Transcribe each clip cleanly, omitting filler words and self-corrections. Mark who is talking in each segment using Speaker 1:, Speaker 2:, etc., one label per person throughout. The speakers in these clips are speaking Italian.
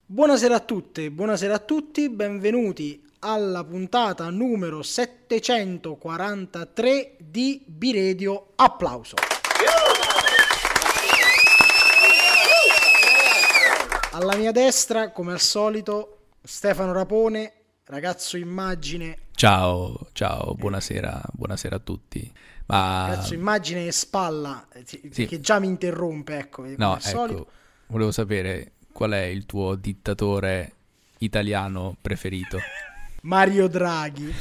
Speaker 1: Buonasera a tutte, buonasera a tutti, benvenuti alla puntata numero 743 di B-Radio. Applauso. Alla mia destra, come al solito, Stefano Rapone, ragazzo immagine.
Speaker 2: Ciao, buonasera a tutti.
Speaker 1: Ragazzo immagine e spalla,
Speaker 2: sì.
Speaker 1: Che già mi interrompe, ecco.
Speaker 2: No, ecco, volevo sapere qual è il tuo dittatore italiano preferito?
Speaker 1: Mario Draghi.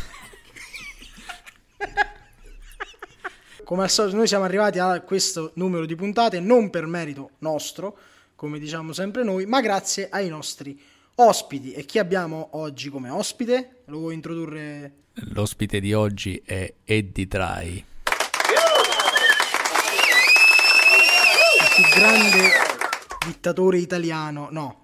Speaker 1: Come al solito noi siamo arrivati a questo numero di puntate non per merito nostro, come diciamo sempre noi, ma grazie ai nostri ospiti. E chi abbiamo oggi come ospite? Lo vuoi introdurre?
Speaker 2: L'ospite di oggi è Eddie Trai.
Speaker 1: Il più grande dittatore italiano, no.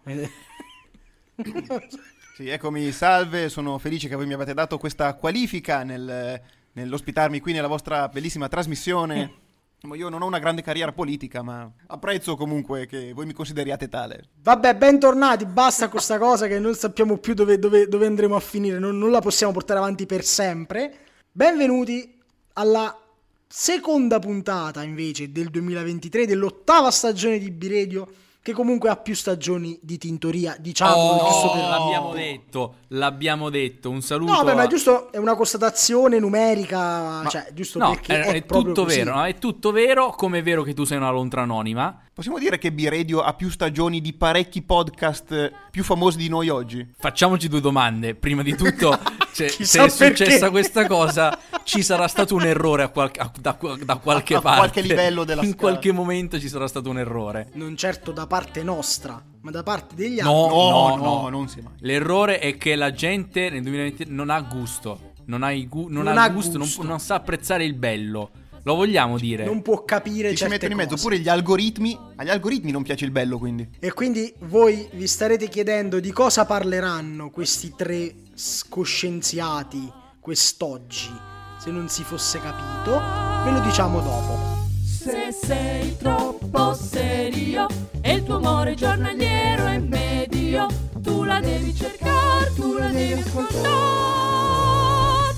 Speaker 3: Sì, eccomi, salve, sono felice che voi mi abbiate dato questa qualifica nell'ospitarmi qui nella vostra bellissima trasmissione. Io non ho una grande carriera politica, ma apprezzo comunque che voi mi consideriate tale.
Speaker 1: Vabbè, bentornati, basta con questa cosa che non sappiamo più dove andremo a finire, non la possiamo portare avanti per sempre. Benvenuti alla seconda puntata invece del 2023, dell'8ª stagione di B-Radio, che comunque ha più stagioni di tintoria, diciamo.
Speaker 2: L'abbiamo detto, un saluto.
Speaker 1: No, beh, ma giusto, è una constatazione numerica, cioè, giusto
Speaker 2: no,
Speaker 1: perché
Speaker 2: è
Speaker 1: proprio
Speaker 2: tutto
Speaker 1: così.
Speaker 2: vero, no? È tutto vero, come è vero che tu sei una lontra anonima.
Speaker 3: Possiamo dire che B-Radio ha più stagioni di parecchi podcast più famosi di noi oggi?
Speaker 2: Facciamoci due domande. Prima di tutto, se
Speaker 1: Chissà
Speaker 2: è successa
Speaker 1: perché.
Speaker 2: questa cosa, ci sarà stato un errore da qualche parte.
Speaker 3: qualche livello della
Speaker 2: In
Speaker 3: scala.
Speaker 2: qualche momento ci sarà stato un errore.
Speaker 1: Non certo da parte nostra, ma da parte degli altri.
Speaker 3: No, non si mai.
Speaker 2: L'errore è che la gente nel 2020 non ha gusto. Non ha gusto. Non sa apprezzare il bello. Lo vogliamo dire?
Speaker 1: Non può capire
Speaker 3: Ci si
Speaker 1: certe
Speaker 3: mettono in mezzo
Speaker 1: cose.
Speaker 3: pure gli algoritmi. Agli algoritmi non piace il bello, quindi.
Speaker 1: E quindi voi vi starete chiedendo di cosa parleranno questi tre scoscienziati quest'oggi. Se non si fosse capito, ve lo diciamo dopo.
Speaker 4: Se sei troppo serio e il tuo amore giornaliero è medio, tu la devi cercare, tu la devi ascoltare.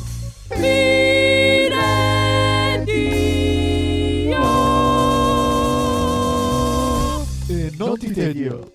Speaker 5: E non ti tedio.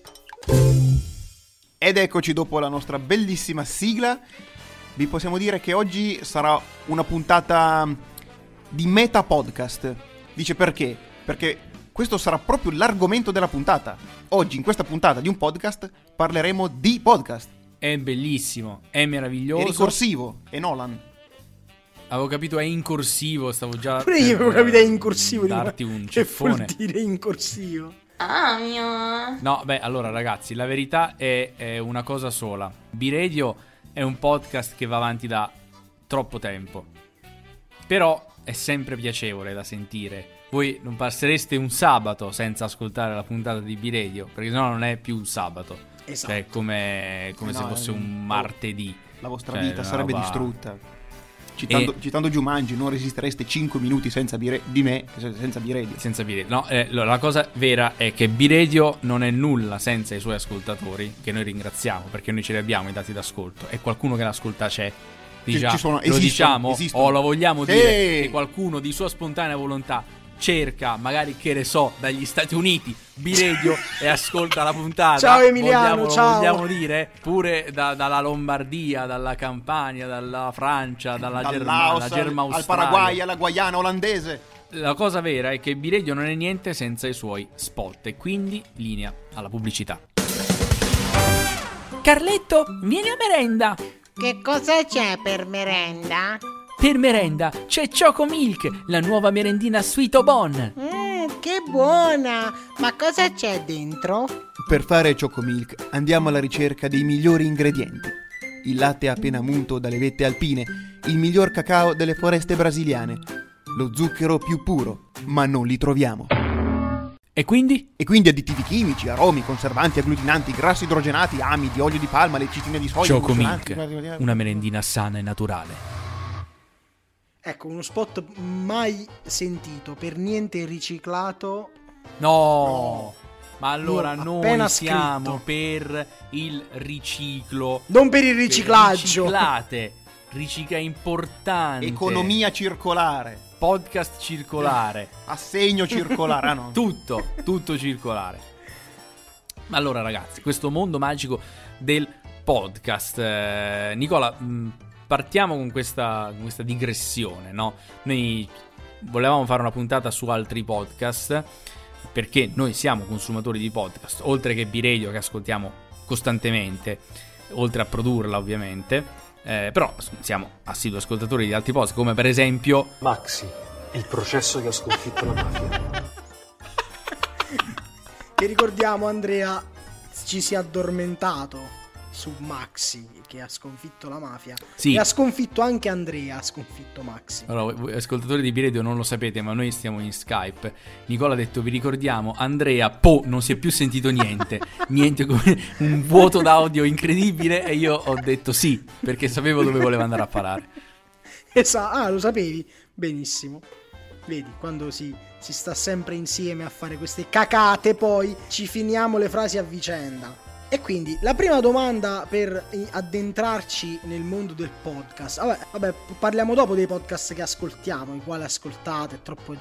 Speaker 3: Ed eccoci dopo la nostra bellissima sigla. Vi possiamo dire che oggi sarà una puntata di meta podcast. Dice perché? Perché questo sarà proprio l'argomento della puntata. Oggi in questa puntata di un podcast parleremo di podcast.
Speaker 2: È bellissimo, è meraviglioso.
Speaker 3: È ricorsivo, è Nolan.
Speaker 2: Avevo capito è in corsivo, stavo già
Speaker 1: Pure io avevo capito in corsivo.
Speaker 2: darti un
Speaker 1: che vuol
Speaker 2: ceffone.
Speaker 1: dire in corsivo?
Speaker 2: No, beh, allora ragazzi, la verità è una cosa sola. B-Radio è un podcast che va avanti da troppo tempo. Però è sempre piacevole da sentire. Voi non passereste un sabato senza ascoltare la puntata di B-Radio, perché sennò non è più un sabato.
Speaker 1: Esatto.
Speaker 2: Cioè, come
Speaker 3: No,
Speaker 2: se fosse un martedì.
Speaker 3: La vostra
Speaker 2: Cioè,
Speaker 3: vita
Speaker 2: una
Speaker 3: sarebbe
Speaker 2: roba-
Speaker 3: distrutta. Citando Jumanji, non resistereste 5 minuti senza di me, senza B-Radio.
Speaker 2: Senza B-Radio. No, la cosa vera è che B-Radio non è nulla senza i suoi ascoltatori, che noi ringraziamo, perché noi ce li abbiamo i dati d'ascolto, e qualcuno che l'ascolta c'è.
Speaker 3: Ci sono,
Speaker 2: lo
Speaker 3: esistono,
Speaker 2: diciamo
Speaker 3: esistono.
Speaker 2: o lo vogliamo
Speaker 3: Sì.
Speaker 2: dire che qualcuno di sua spontanea volontà cerca, magari che ne so, dagli Stati Uniti B-Radio e ascolta la puntata.
Speaker 1: Ciao Emiliano, ciao.
Speaker 2: Lo vogliamo dire? Pure dalla Lombardia, dalla Campania, dalla Francia, dalla
Speaker 3: Dall'Aos
Speaker 2: Germa
Speaker 3: al
Speaker 2: Australia.
Speaker 3: Paraguay, alla Guayana olandese.
Speaker 2: La cosa vera è che B-Radio non è niente senza i suoi spot, e quindi linea alla pubblicità. Carletto, vieni a merenda!
Speaker 6: Che cosa c'è per merenda?
Speaker 2: Per merenda c'è Choco Milk, la nuova merendina Sweet Bon.
Speaker 6: Che buona! Ma cosa c'è dentro?
Speaker 3: Per fare Choco Milk andiamo alla ricerca dei migliori ingredienti. Il latte appena munto dalle vette alpine, il miglior cacao delle foreste brasiliane, lo zucchero più puro, ma non li troviamo.
Speaker 2: E quindi?
Speaker 3: E quindi additivi chimici, aromi, conservanti, agglutinanti, grassi idrogenati, amidi, olio di palma, lecitine di soia,
Speaker 2: Choco
Speaker 3: emulsionanti.
Speaker 2: Milk, una merendina sana e naturale.
Speaker 1: Ecco, uno spot mai sentito, per niente riciclato.
Speaker 2: No! Ma allora
Speaker 1: Io
Speaker 2: noi
Speaker 1: appena
Speaker 2: siamo
Speaker 1: scritto.
Speaker 2: per il riciclo.
Speaker 1: Non per il riciclaggio.
Speaker 2: Riciclate. È importante.
Speaker 3: Economia circolare,
Speaker 2: Podcast circolare.
Speaker 3: assegno circolare. Ah, no.
Speaker 2: Tutto circolare. Ma allora ragazzi, questo mondo magico del podcast. Nicola, partiamo con questa digressione, no? Noi volevamo fare una puntata su altri podcast, perché noi siamo consumatori di podcast, oltre che B-Radio che ascoltiamo costantemente, oltre a produrla ovviamente. Però siamo assidui ascoltatori di altri podcast, come per esempio
Speaker 7: Maxi, il processo che ha sconfitto la mafia.
Speaker 1: Che ricordiamo, Andrea ci si è addormentato su Maxi che ha sconfitto la mafia.
Speaker 2: Sì.
Speaker 1: E ha sconfitto anche Andrea, ha sconfitto Maxi.
Speaker 2: Allora, voi ascoltatori di B-Radio non lo sapete, ma noi stiamo in Skype. Nicola ha detto, vi ricordiamo, Andrea, non si è più sentito niente. Niente, come un vuoto d'audio incredibile. E io ho detto sì, perché sapevo dove voleva andare a parare.
Speaker 1: Lo sapevi? Benissimo. Vedi, quando si sta sempre insieme a fare queste cacate, poi ci finiamo le frasi a vicenda. E quindi la prima domanda per addentrarci nel mondo del podcast. Vabbè, parliamo dopo dei podcast che ascoltiamo, i quali ascoltate, è troppo.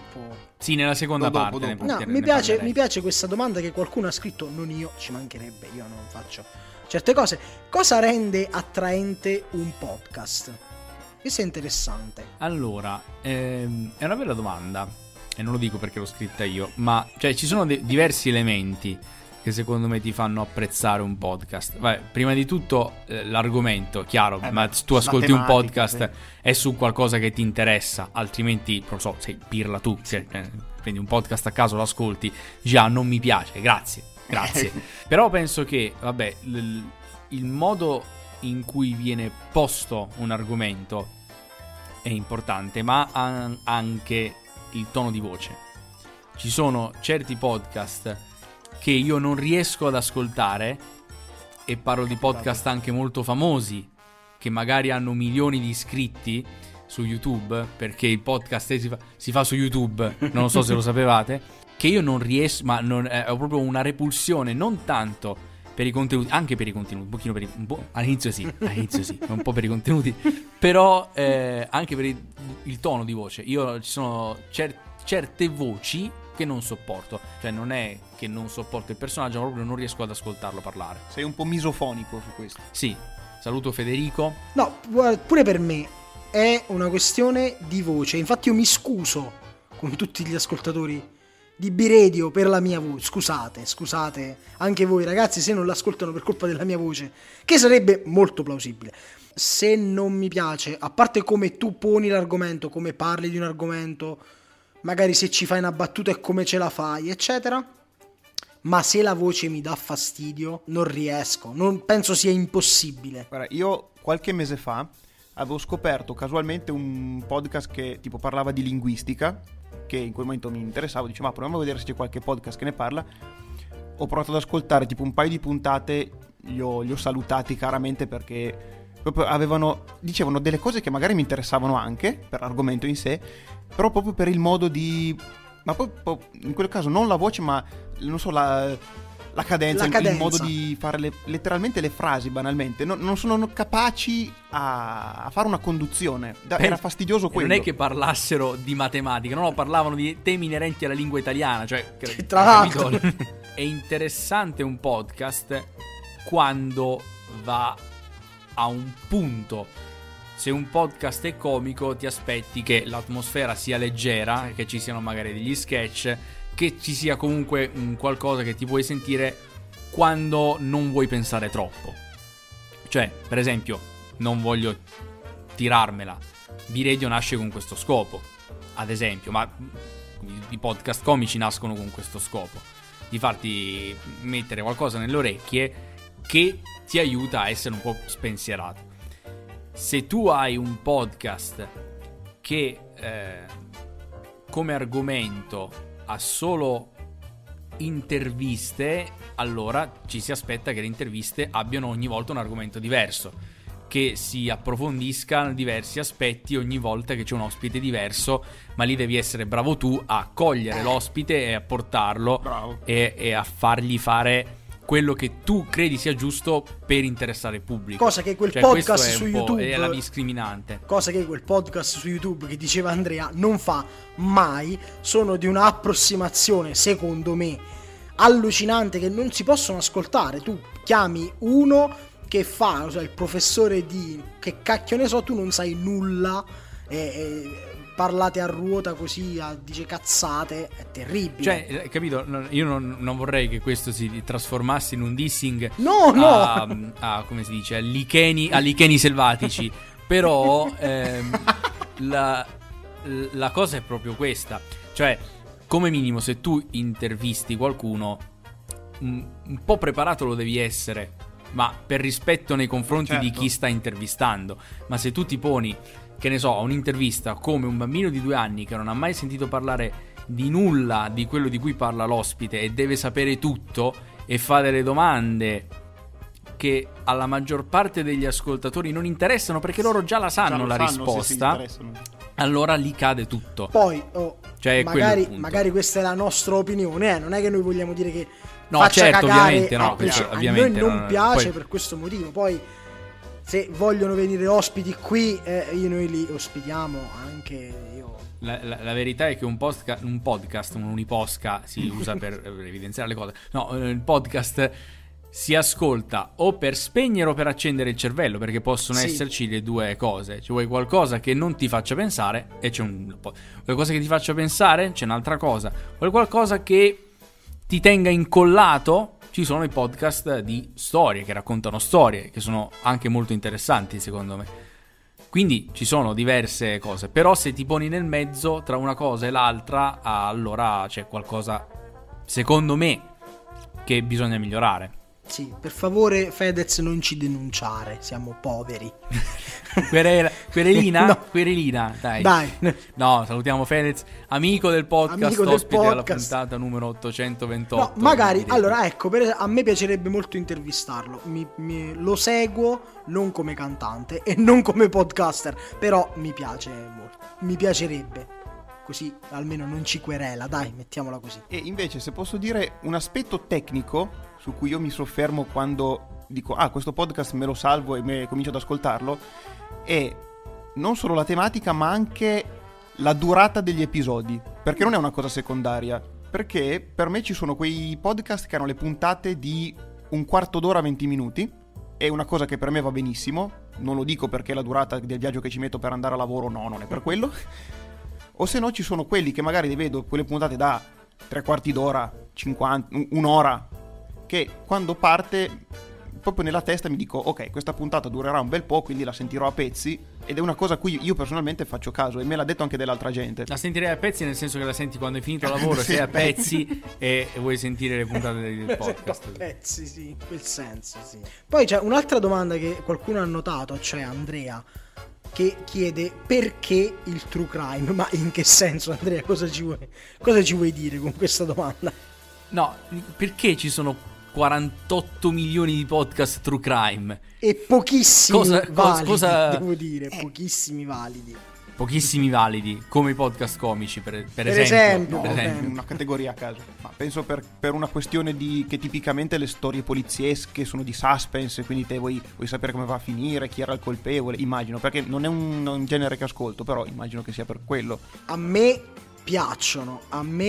Speaker 2: Sì, nella seconda
Speaker 3: Dopo.
Speaker 2: parte.
Speaker 1: No, mi piace questa domanda che qualcuno ha scritto, non io, ci mancherebbe, io non faccio certe cose. Cosa rende attraente un podcast? Questo è interessante.
Speaker 2: Allora, è una bella domanda, e non lo dico perché l'ho scritta io, ma cioè ci sono diversi elementi che secondo me ti fanno apprezzare un podcast. Vabbè, prima di tutto l'argomento, chiaro, ma tu ascolti un podcast
Speaker 3: sì.
Speaker 2: È su qualcosa che ti interessa, altrimenti, non so, sei pirla tu, prendi un podcast a caso, lo ascolti, già non mi piace, grazie. Però penso che, vabbè, il modo in cui viene posto un argomento è importante, ma anche il tono di voce. Ci sono certi podcast che io non riesco ad ascoltare, e parlo di podcast anche molto famosi che magari hanno milioni di iscritti su YouTube, perché il podcast si fa su YouTube, non lo so se lo sapevate, che io non riesco, ma ho proprio una repulsione, non tanto per i contenuti, anche per i contenuti, all'inizio sì, un po' per i contenuti, però anche per il tono di voce. Io ci sono certe voci che non sopporto, cioè non è che non sopporto il personaggio, ma proprio non riesco ad ascoltarlo parlare.
Speaker 3: Sei un po' misofonico su questo.
Speaker 2: Sì, saluto Federico.
Speaker 1: No, pure per me è una questione di voce. Infatti io mi scuso con tutti gli ascoltatori di B-Radio per la mia voce. Scusate anche voi ragazzi se non l'ascoltano per colpa della mia voce, che sarebbe molto plausibile. Se non mi piace, a parte come tu poni l'argomento, come parli di un argomento, magari se ci fai una battuta e come ce la fai, eccetera, ma se la voce mi dà fastidio non riesco, non penso sia impossibile.
Speaker 3: Guarda, io qualche mese fa avevo scoperto casualmente un podcast che tipo parlava di linguistica, che in quel momento mi interessava, dicevo ma proviamo a vedere se c'è qualche podcast che ne parla. Ho provato ad ascoltare tipo un paio di puntate, li ho salutati caramente perché proprio dicevano delle cose che magari mi interessavano anche per l'argomento in sé, però proprio per il modo di, ma proprio in quel caso non la voce, ma non so, la cadenza, il modo di fare letteralmente le frasi, banalmente non sono capaci a fare una conduzione. Era fastidioso quello.
Speaker 2: Non è che parlassero di matematica, no, parlavano di temi inerenti alla lingua italiana, cioè
Speaker 1: tra l'altro
Speaker 2: è interessante un podcast quando va a un punto. Se un podcast è comico ti aspetti che l'atmosfera sia leggera, che ci siano magari degli sketch, che ci sia comunque un qualcosa che ti puoi sentire quando non vuoi pensare troppo. Cioè, per esempio, non voglio tirarmela, B-Radio nasce con questo scopo, ad esempio, ma i podcast comici nascono con questo scopo, di farti mettere qualcosa nelle orecchie che ti aiuta a essere un po' spensierato. Se tu hai un podcast che come argomento ha solo interviste, allora ci si aspetta che le interviste abbiano ogni volta un argomento diverso. che si approfondiscano diversi aspetti ogni volta che c'è un ospite diverso, ma lì devi essere bravo tu a cogliere l'ospite e a portarlo e a fargli fare quello che tu credi sia giusto per interessare il pubblico.
Speaker 1: Cosa che quel podcast su YouTube
Speaker 2: è la discriminante.
Speaker 1: Cosa che quel podcast su YouTube che diceva Andrea non fa mai. Sono di un'approssimazione, secondo me, allucinante, che non si possono ascoltare. Tu chiami uno che fa, il professore di che cacchio ne so, tu non sai nulla parlate a ruota così, dice cazzate, è terribile.
Speaker 2: Cioè, capito? Io non vorrei che questo si trasformasse in un dissing a come si dice, a licheni selvatici. Però la cosa è proprio questa. Cioè, come minimo, se tu intervisti qualcuno, un po' preparato lo devi essere, ma per rispetto nei confronti di chi sta intervistando. Ma se tu ti poni, che ne so, a un'intervista come un bambino di 2 anni che non ha mai sentito parlare di nulla di quello di cui parla l'ospite e deve sapere tutto e fa delle domande che alla maggior parte degli ascoltatori non interessano perché loro già la sanno la risposta, allora lì cade tutto.
Speaker 1: Poi
Speaker 2: cioè,
Speaker 1: magari questa è la nostra opinione, non è che noi vogliamo dire che
Speaker 2: no,
Speaker 1: faccia
Speaker 2: certo,
Speaker 1: cagare,
Speaker 2: ovviamente
Speaker 1: a noi non piace per questo motivo. Poi se vogliono venire ospiti qui, noi li ospitiamo anche.
Speaker 2: La verità è che un podcast, un uniposca, si usa per evidenziare le cose. No, il podcast si ascolta o per spegnere o per accendere il cervello, perché possono esserci le due cose. Cioè, vuoi qualcosa che non ti faccia pensare e c'è vuoi qualcosa che ti faccia pensare, c'è un'altra cosa. Vuoi qualcosa che ti tenga incollato, ci sono i podcast di storie che raccontano storie, che sono anche molto interessanti secondo me. Quindi ci sono diverse cose, però se ti poni nel mezzo tra una cosa e l'altra, allora c'è qualcosa, secondo me, che bisogna migliorare.
Speaker 1: Sì, per favore Fedez non ci denunciare, siamo poveri.
Speaker 2: Querelina?
Speaker 1: No.
Speaker 2: Querelina, dai. No, salutiamo Fedez, amico del podcast, ospite della puntata numero 828.
Speaker 1: No, magari, allora ecco, a me piacerebbe molto intervistarlo, lo seguo non come cantante e non come podcaster, però mi piace molto, mi piacerebbe. Così almeno non ci querela, dai, mettiamola così.
Speaker 3: E invece, se posso dire un aspetto tecnico su cui io mi soffermo quando dico questo podcast me lo salvo e comincio ad ascoltarlo, è non solo la tematica ma anche la durata degli episodi, perché non è una cosa secondaria, perché per me ci sono quei podcast che hanno le puntate di un quarto d'ora, 20 minuti, è una cosa che per me va benissimo, non lo dico perché la durata del viaggio che ci metto per andare a lavoro, no, non è per quello. O se no ci sono quelli che magari vedo quelle puntate da 3/4 d'ora, 50, un'ora, che quando parte proprio nella testa mi dico ok, questa puntata durerà un bel po', quindi la sentirò a pezzi, ed è una cosa a cui io personalmente faccio caso e me l'ha detto anche dell'altra gente.
Speaker 2: La sentirei a pezzi nel senso che la senti quando hai finito il lavoro, sei a pezzi e vuoi sentire le puntate del podcast.
Speaker 1: A pezzi, sì, in quel senso, sì. Poi c'è un'altra domanda che qualcuno ha notato, cioè Andrea, che chiede perché il true crime. Ma in che senso, Andrea? Cosa ci vuoi dire con questa domanda?
Speaker 2: No, perché ci sono 48 milioni di podcast true crime
Speaker 1: e pochissimi validi, devo dire, pochissimi validi.
Speaker 2: Pochissimi validi, come i podcast comici per esempio.
Speaker 3: Per esempio. Una categoria a caso. Ma penso per una questione di che tipicamente le storie poliziesche sono di suspense, quindi te vuoi sapere come va a finire, chi era il colpevole, immagino, perché non è un genere che ascolto, però immagino che sia per quello.
Speaker 1: A me piacciono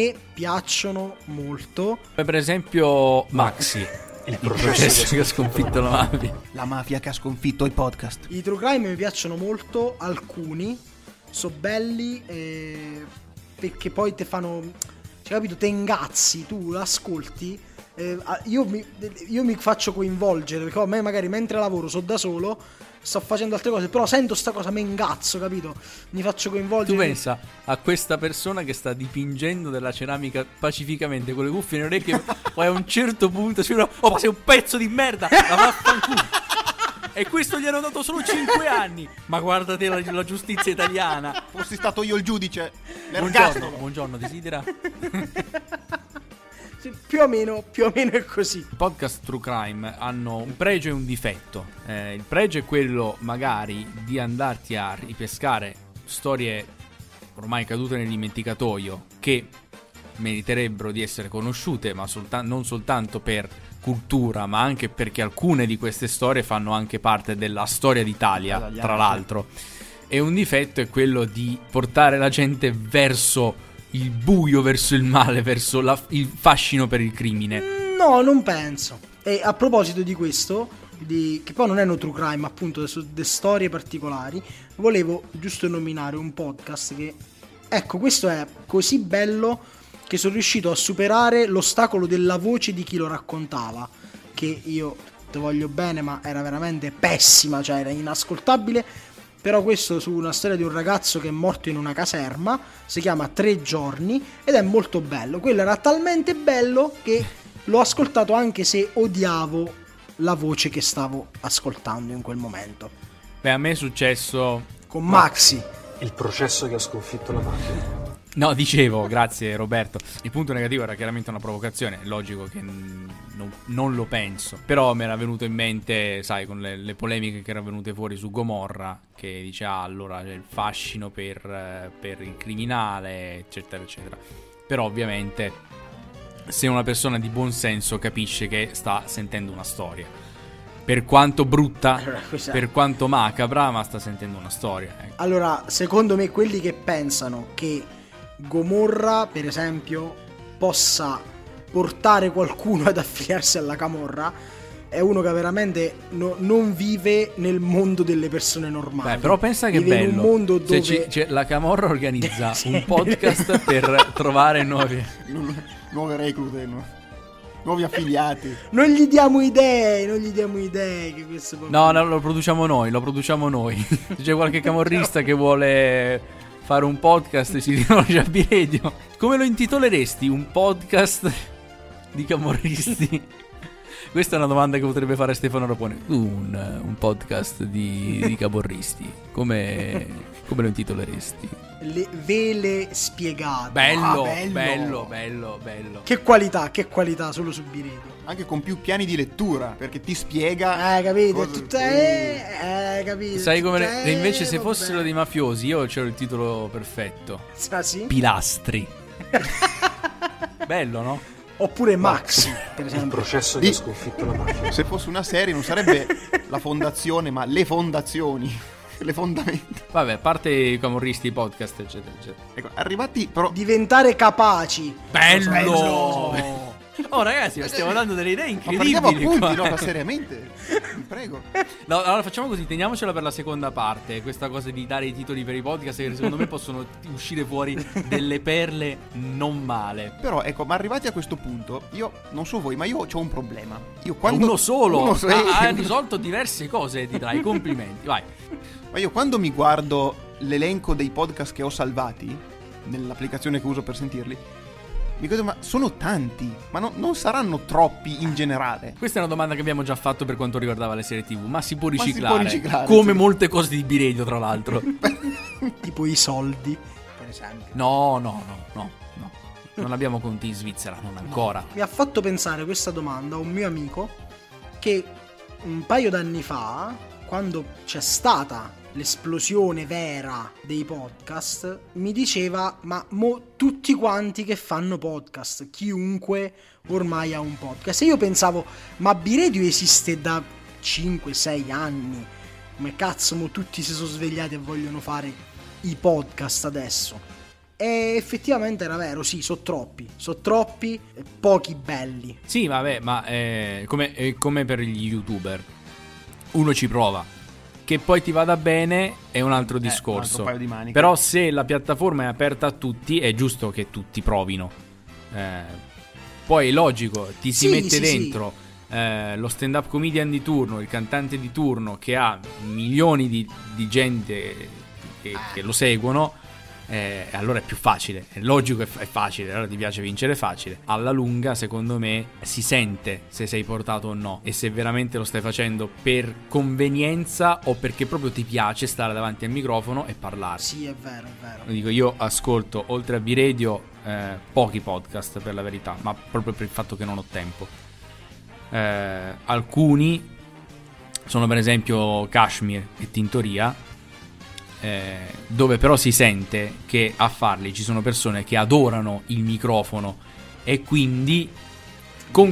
Speaker 1: molto.
Speaker 2: Per esempio Maxi, il processo che ha sconfitto la mafia.
Speaker 3: La mafia che ha sconfitto i podcast.
Speaker 1: I true crime mi piacciono molto, alcuni sono belli perché poi te fanno, cioè, capito, te ingazzi, tu l'ascolti, io mi faccio coinvolgere, perché a me magari mentre lavoro so da solo, sto facendo altre cose, però sento sta cosa, me ingazzo, capito? Mi faccio coinvolgere.
Speaker 2: Tu pensa a questa persona che sta dipingendo della ceramica pacificamente con le cuffie nelle orecchie, poi a un certo punto si dice: oh, ma sei un pezzo di merda, la vaffanculo. E questo gli hanno dato solo 5 anni. Ma guardate la giustizia italiana.
Speaker 3: Fossi stato io il giudice.
Speaker 2: Buongiorno, desidera.
Speaker 1: Più o meno è così.
Speaker 2: I podcast true crime hanno un pregio e un difetto. Il pregio è quello magari di andarti a ripescare storie ormai cadute nel dimenticatoio che meriterebbero di essere conosciute, ma non soltanto per cultura, ma anche perché alcune di queste storie fanno anche parte della storia d'Italia, tra l'altro. E un difetto è quello di portare la gente verso il buio, verso il male, verso il fascino per il crimine.
Speaker 1: No, non penso. E a proposito di questo, che poi non è no true crime, appunto, di storie particolari, volevo giusto nominare un podcast che, ecco, questo è così bello che sono riuscito a superare l'ostacolo della voce di chi lo raccontava, che io te voglio bene, ma era veramente pessima, cioè era inascoltabile. Però questo su una storia di un ragazzo che è morto in una caserma, si chiama 3 giorni ed è molto bello. Quello era talmente bello che l'ho ascoltato anche se odiavo la voce che stavo ascoltando in quel momento.
Speaker 2: Beh, a me è successo
Speaker 1: con Maxi.
Speaker 7: Il processo che ha sconfitto la mafia.
Speaker 2: No, dicevo, grazie Roberto. Il punto negativo era chiaramente una provocazione. È logico che non lo penso. Però mi era venuto in mente, sai, con le polemiche che erano venute fuori su Gomorra, che dice allora c'è il fascino per il criminale, eccetera, eccetera. Però ovviamente se una persona di buon senso capisce che sta sentendo una storia, per quanto brutta, per quanto macabra, ma sta sentendo una storia. Ecco.
Speaker 1: Allora, secondo me quelli che pensano che Gomorra, per esempio, possa portare qualcuno ad affiliarsi alla camorra è uno che veramente non vive nel mondo delle persone normali.
Speaker 2: Beh, però pensa che
Speaker 1: vive
Speaker 2: bello
Speaker 1: in un mondo dove
Speaker 2: se la camorra organizza un podcast per trovare nuove
Speaker 3: reclute, nuovi affiliati.
Speaker 1: Non gli diamo idee che questo
Speaker 2: No, lo produciamo noi. Se c'è qualche camorrista che vuole fare un podcast, si rivolge a B-Radio. Come lo intitoleresti? Un podcast di camorristi? Questa è una domanda che potrebbe fare Stefano Rapone. Un podcast di camorristi. Come lo intitoleresti?
Speaker 1: Le vele spiegate.
Speaker 2: Bello.
Speaker 1: Che qualità solo su B-Radio.
Speaker 3: Anche con più piani di lettura, perché ti spiega.
Speaker 1: Capito? Capito?
Speaker 2: Sai come invece se fossero dei mafiosi, io c'ero il titolo perfetto.
Speaker 1: Ah, sì?
Speaker 2: Pilastri. Bello, no?
Speaker 1: Oppure Maxi, per esempio.
Speaker 7: Il processo che ha sconfitto la mafia.
Speaker 3: Se fosse una serie non sarebbe la fondazione, ma le fondazioni. Le fondamenta.
Speaker 2: Vabbè, a parte i camorristi, i podcast, eccetera, eccetera.
Speaker 3: Ecco, arrivati però.
Speaker 1: Diventare capaci.
Speaker 2: Bello! Oh ragazzi, stiamo dando delle idee incredibili.
Speaker 3: Ma prendiamo appunti, no, seriamente. Vi prego.
Speaker 2: No, allora facciamo così, teniamocela per la seconda parte. Questa cosa di dare i titoli per i podcast, che secondo me possono uscire fuori delle perle non male.
Speaker 3: Però ecco, ma arrivati a questo punto, io non so voi, ma io ho un problema.
Speaker 2: Uno solo. Ha risolto diverse cose, ti dai complimenti. Vai.
Speaker 3: Ma io quando mi guardo l'elenco dei podcast che ho salvati nell'applicazione che uso per sentirli, mi chiedo, ma sono tanti? Ma non saranno troppi in generale?
Speaker 2: Questa è una domanda che abbiamo già fatto per quanto riguardava le serie TV, ma si può riciclare, come
Speaker 3: sì.
Speaker 2: Molte cose di B-Radio, tra l'altro.
Speaker 1: Tipo i soldi, per esempio.
Speaker 2: No. Non abbiamo conti in Svizzera, non ancora.
Speaker 1: Mi ha fatto pensare questa domanda a un mio amico che un paio d'anni fa, quando c'è stata l'esplosione vera dei podcast, mi diceva ma tutti quanti che fanno podcast, chiunque ormai ha un podcast. E io pensavo, ma B-Radio esiste da 5-6 anni, come cazzo tutti si sono svegliati e vogliono fare i podcast adesso? E effettivamente era vero, sì, sono troppi e pochi belli.
Speaker 2: Sì, vabbè, ma come per gli YouTuber, uno ci prova. Che poi ti vada bene è un altro discorso.
Speaker 3: Un altro paio di maniche.
Speaker 2: Però se la piattaforma è aperta a tutti, è giusto che tutti provino. Poi è logico, si mette dentro lo stand-up comedian di turno, il cantante di turno che ha milioni di gente che lo seguono. allora è più facile, è logico, è facile, allora ti piace vincere facile. Alla lunga, secondo me, si sente se sei portato o no, e se veramente lo stai facendo per convenienza o perché proprio ti piace stare davanti al microfono e parlare.
Speaker 1: Sì, è vero.
Speaker 2: Dico, io ascolto, oltre a B-Radio, pochi podcast per la verità, ma proprio per il fatto che non ho tempo. Alcuni sono per esempio Kashmir e Tintoria, dove però si sente che a farli ci sono persone che adorano il microfono e quindi con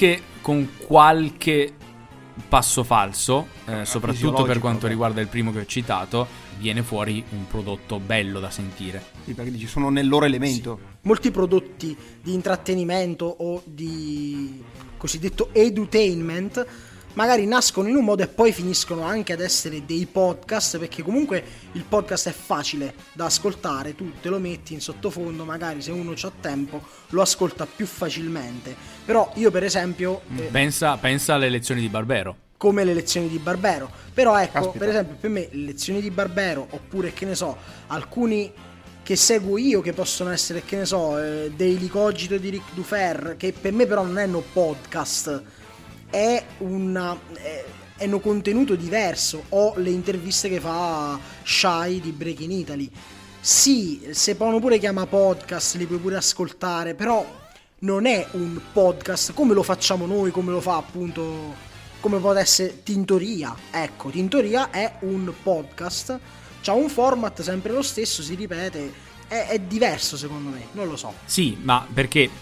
Speaker 2: qualche passo falso, soprattutto per quanto riguarda il primo che ho citato, viene fuori un prodotto bello da sentire.
Speaker 3: Sì, perché dici, sono nel loro elemento.
Speaker 1: Sì. Molti prodotti di intrattenimento o di cosiddetto edutainment magari nascono in un modo e poi finiscono anche ad essere dei podcast, perché comunque il podcast è facile da ascoltare, tu te lo metti in sottofondo, magari se uno c'ha tempo lo ascolta più facilmente. Però io per esempio
Speaker 2: pensa alle lezioni di Barbero,
Speaker 1: come le lezioni di Barbero, però ecco,
Speaker 3: Caspita.
Speaker 1: per esempio per me le lezioni di Barbero, oppure che ne so, alcuni che seguo io che possono essere, che ne so, Daily Cogito di Ric Dufer, che per me però non è podcast, è un contenuto diverso, o le interviste che fa Shai di Breaking Italy. Sì, se uno pure chiama podcast, li puoi pure ascoltare, però non è un podcast come lo facciamo noi, come lo fa appunto, come può essere Tintoria. Ecco, Tintoria è un podcast, c'ha un format sempre lo stesso, si ripete, è diverso secondo me, non lo so.
Speaker 2: Sì, ma perché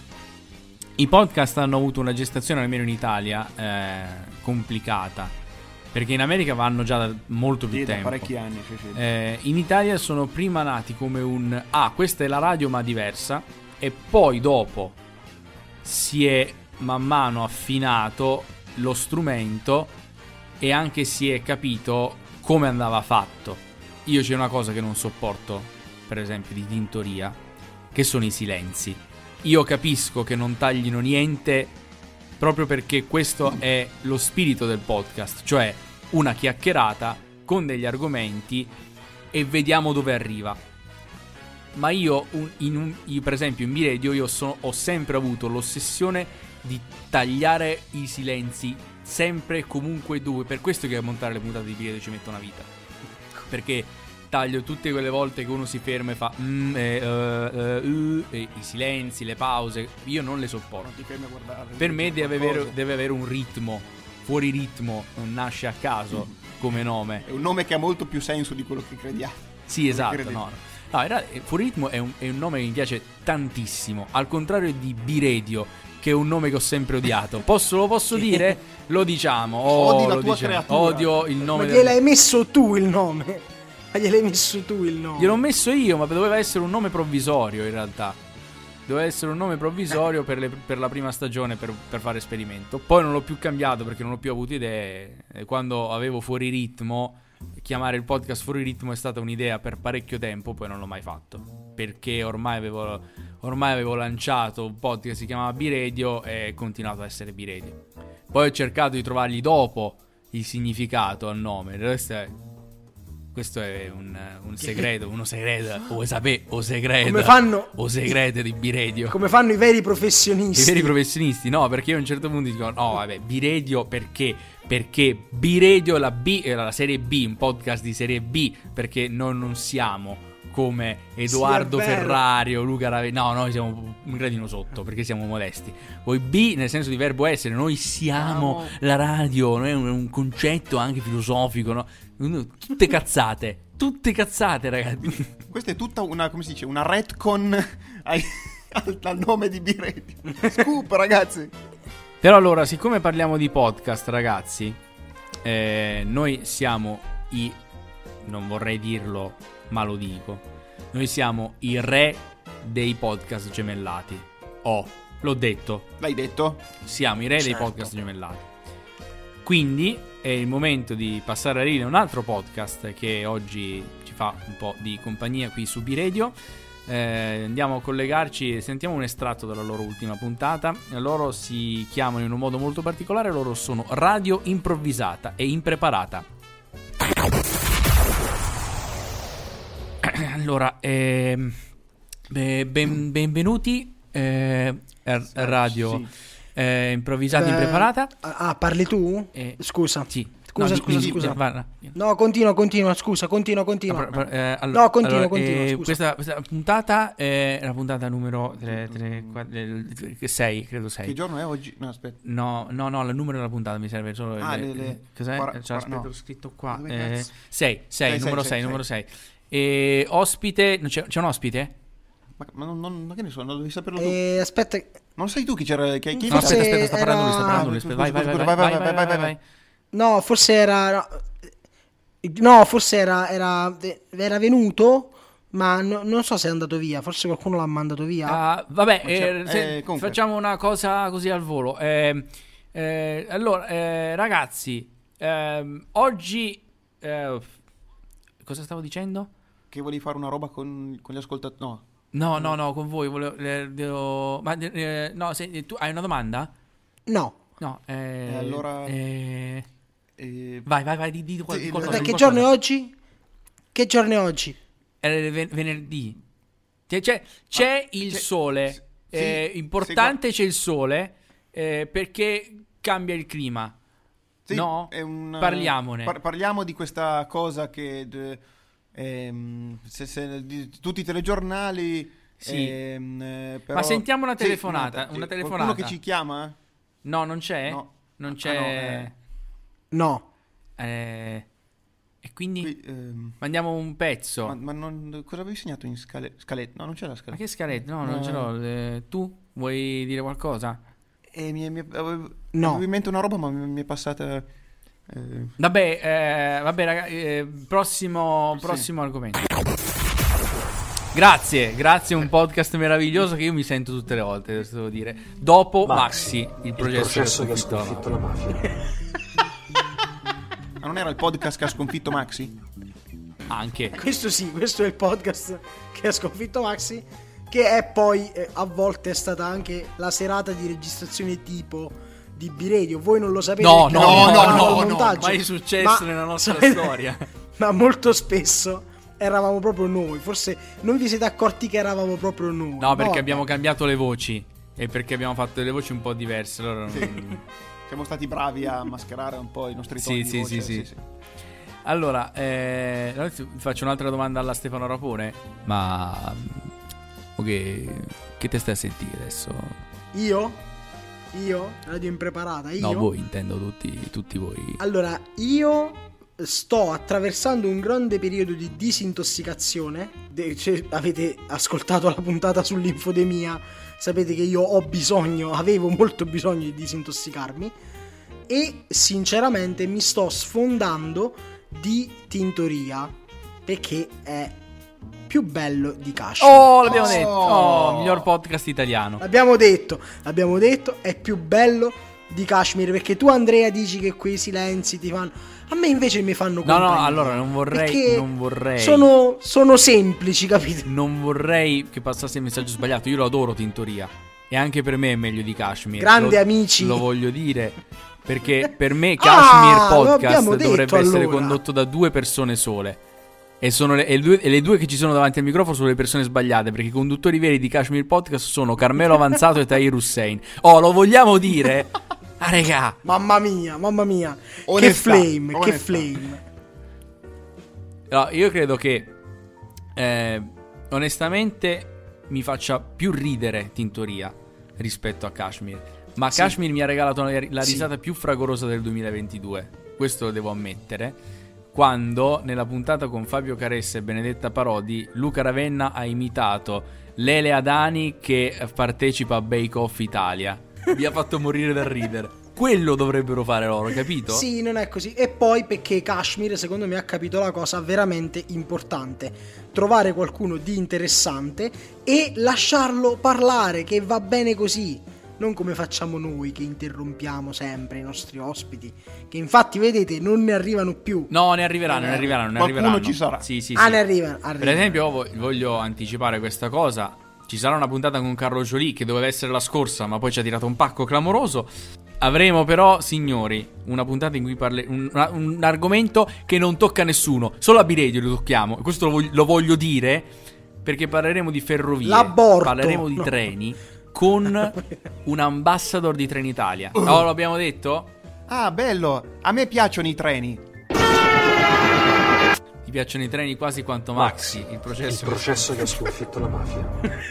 Speaker 2: i podcast hanno avuto una gestazione, almeno in Italia, complicata, perché in America vanno già da molto più tempo,
Speaker 3: parecchi anni, sì.
Speaker 2: In Italia sono prima nati come questa è la radio ma diversa, e poi dopo si è man mano affinato lo strumento e anche si è capito come andava fatto. Io c'è una cosa che non sopporto, per esempio di Tintoria, che sono i silenzi. Io capisco che non taglino niente, proprio perché questo è lo spirito del podcast, cioè una chiacchierata con degli argomenti e vediamo dove arriva. Ma io per esempio in B-Radio ho sempre avuto l'ossessione di tagliare i silenzi, sempre e comunque dove. Per questo che a montare le puntate di B-Radio ci metto una vita, perché taglio tutte quelle volte che uno si ferma e fa e i silenzi, le pause, io non le sopporto.
Speaker 3: Non ti fermi a guardare.
Speaker 2: Per me deve avere un ritmo. Fuori ritmo non nasce a caso come nome.
Speaker 3: È un nome che ha molto più senso di quello che crediamo.
Speaker 2: Sì, esatto, no, Fuori ritmo è un nome che mi piace tantissimo, al contrario di B-Radio, che è un nome che ho sempre odiato. Lo posso dire? Lo diciamo.
Speaker 3: Odi la tua creatura.
Speaker 2: Odio il nome.
Speaker 1: Ma gliel'hai messo tu il nome? Gliel'hai messo tu il nome?
Speaker 2: Gliel'ho messo io, ma doveva essere un nome provvisorio in realtà. Doveva essere un nome provvisorio per la prima stagione, per fare esperimento. Poi non l'ho più cambiato perché non ho più avuto idee. Quando avevo Fuori Ritmo, chiamare il podcast Fuori Ritmo è stata un'idea per parecchio tempo, poi non l'ho mai fatto. Perché ormai avevo lanciato un podcast che si chiamava B-Radio e è continuato a essere B-Radio. Poi ho cercato di trovargli dopo il significato al nome. Questo è un segreto, uno segreto, o sapere, o segreto.
Speaker 1: Come fanno?
Speaker 2: O segreto di B-Radio.
Speaker 1: Come fanno i veri professionisti.
Speaker 2: I veri professionisti, no, perché io a un certo punto dico, no, vabbè, B-Radio perché? Perché B-Radio, la B era la serie B, un podcast di serie B, perché noi non siamo come Edoardo Ferrari o Luca Ravenna. No, noi siamo un gradino sotto, perché siamo modesti. Poi B nel senso di verbo essere, noi siamo la radio, noi è un concetto anche filosofico, no? Tutte cazzate, ragazzi.
Speaker 3: Questa è tutta una, come si dice, una retcon al nome di B-Radio. Scoop, ragazzi.
Speaker 2: Però allora, siccome parliamo di podcast, ragazzi, noi siamo non vorrei dirlo, ma lo dico, noi siamo i re dei podcast gemellati. L'ho detto.
Speaker 3: L'hai detto?
Speaker 2: Siamo i re dei podcast gemellati. Quindi è il momento di passare a ridere un altro podcast che oggi ci fa un po' di compagnia qui su B-Radio. Andiamo a collegarci e sentiamo un estratto dalla loro ultima puntata. Loro si chiamano in un modo molto particolare, loro sono Radio Improvvisata e Impreparata. Allora, benvenuti a Radio Improvvisata Impreparata.
Speaker 1: Parli tu? Scusa.
Speaker 2: Sì.
Speaker 1: Scusa.
Speaker 2: Va.
Speaker 1: No, continua, scusa, continua.
Speaker 2: Allora,
Speaker 1: continua,
Speaker 2: scusa. Questa puntata è la puntata numero 6, credo 6.
Speaker 3: Che giorno è oggi? No, aspetta.
Speaker 2: No, il numero della puntata mi serve solo. Cos'è? Aspetta,
Speaker 3: no.
Speaker 2: l'ho scritto qua.
Speaker 3: Numero
Speaker 2: 6. E ospite, c'è un ospite?
Speaker 3: Ma che ne so, non devi saperlo tu.
Speaker 1: Aspetta.
Speaker 3: Non sai tu chi c'era? Chi
Speaker 2: No, aspetta, sta parlando lui. Vai.
Speaker 1: No, forse era. No, forse era venuto, ma non so se è andato via. Forse qualcuno l'ha mandato via.
Speaker 2: Facciamo una cosa così al volo. Allora, ragazzi, oggi cosa stavo dicendo?
Speaker 3: Che volevi fare una roba con gli ascoltatori?
Speaker 2: No, con voi. No, tu hai una domanda?
Speaker 1: No.
Speaker 3: Allora.
Speaker 2: Vai, di qualcosa.
Speaker 1: Che giorno è oggi? Che giorno è oggi?
Speaker 2: È venerdì. C'è il sole. Importante, c'è il sole perché cambia il clima.
Speaker 3: Sì,
Speaker 2: no? Parliamone.
Speaker 3: Parliamo di questa cosa che di tutti i telegiornali.
Speaker 2: Sì.
Speaker 3: Però,
Speaker 2: ma sentiamo una telefonata. Una telefonata.
Speaker 3: Qualcuno che ci chiama?
Speaker 2: No, non c'è.
Speaker 3: No.
Speaker 2: Non c'è.
Speaker 1: No.
Speaker 2: E quindi mandiamo un pezzo.
Speaker 3: Ma non, cosa avevi segnato in scaletta? No, non c'è la scaletta.
Speaker 2: Ma che scaletta? No, non ce l'ho. Tu vuoi dire qualcosa?
Speaker 3: Avevo in mente una roba, ma mi è passata.
Speaker 2: Vabbè, ragazzi, prossimo argomento. Grazie, un podcast meraviglioso che io mi sento tutte le volte, devo dire. Dopo Maxi, il processo che ha sconfitto la mafia.
Speaker 3: Ma non era il podcast che ha sconfitto Maxi?
Speaker 2: Anche.
Speaker 1: Questo è il podcast che ha sconfitto Maxi, che è poi a volte è stata anche la serata di registrazione tipo di B-Radio. Voi non lo sapete.
Speaker 2: No,
Speaker 1: mai
Speaker 2: successo nella nostra storia.
Speaker 1: Ma molto spesso eravamo proprio noi. Forse non vi siete accorti che eravamo proprio noi.
Speaker 2: No, perché abbiamo cambiato le voci e perché abbiamo fatto delle voci un po' diverse. Allora
Speaker 3: siamo stati bravi a mascherare un po' i nostri toni di voce. Sì.
Speaker 2: Allora, faccio un'altra domanda alla Stefano Rapone. Ma che te stai a sentire adesso?
Speaker 1: Io? Radio Impreparata? Io?
Speaker 2: No, voi intendo tutti voi.
Speaker 1: Allora, io sto attraversando un grande periodo di disintossicazione. Avete ascoltato la puntata sull'infodemia, sapete che io avevo molto bisogno di disintossicarmi. E sinceramente mi sto sfondando di tintoria, perché è più bello di Kashmir.
Speaker 2: L'abbiamo detto. Miglior podcast italiano.
Speaker 1: L'abbiamo detto, è più bello di Kashmir, perché tu, Andrea, dici che quei silenzi ti fanno. A me invece mi fanno compagnia.
Speaker 2: No, allora non vorrei.
Speaker 1: Sono semplici, capito?
Speaker 2: Non vorrei che passasse il messaggio sbagliato. Io lo adoro tintoria e anche per me è meglio di Kashmir.
Speaker 1: Amici.
Speaker 2: Lo voglio dire, perché per me Kashmir Podcast dovrebbe essere condotto da due persone sole. E le due che ci sono davanti al microfono sono le persone sbagliate, perché i conduttori veri di Kashmir Podcast sono Carmelo Avanzato e Tahir Hussein. Lo vogliamo dire? Regà.
Speaker 1: Mamma mia. Onestà. Che flame.
Speaker 2: No, io credo che onestamente mi faccia più ridere tintoria rispetto a Kashmir. Ma sì. Kashmir mi ha regalato la risata più fragorosa del 2022. Questo lo devo ammettere. Quando nella puntata con Fabio Caressa e Benedetta Parodi, Luca Ravenna ha imitato Lele Adani che partecipa a Bake Off Italia. Mi ha fatto morire dal ridere. Quello dovrebbero fare loro, capito?
Speaker 1: Sì, non è così. E poi perché Kashmir, secondo me, ha capito la cosa veramente importante: trovare qualcuno di interessante e lasciarlo parlare, che va bene così. Non come facciamo noi, che interrompiamo sempre i nostri ospiti, che infatti, vedete, non ne arrivano più.
Speaker 2: No, ne arriveranno.
Speaker 3: Qualcuno ci sarà.
Speaker 2: Sì.
Speaker 1: Ne arrivano.
Speaker 2: Per esempio, voglio anticipare questa cosa. Ci sarà una puntata con Carlo Jolie che doveva essere la scorsa, ma poi ci ha tirato un pacco clamoroso. Avremo però, signori, una puntata in cui un argomento che non tocca nessuno. Solo a B-Radio lo tocchiamo. E questo lo voglio dire perché parleremo di ferrovie.
Speaker 1: L'aborto.
Speaker 2: Parleremo di treni con un ambassador di Trenitalia. Oh, l'abbiamo detto?
Speaker 3: Ah, bello. A me piacciono i treni.
Speaker 2: Ti piacciono i treni quasi quanto Maxi. Il processo
Speaker 7: che ha sconfitto la mafia.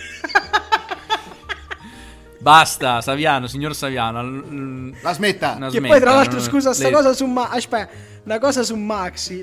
Speaker 2: Basta, Saviano, signor Saviano.
Speaker 3: La smetta.
Speaker 1: Che poi tra l'altro, scusa, sta cosa su aspetta, una cosa su Maxi.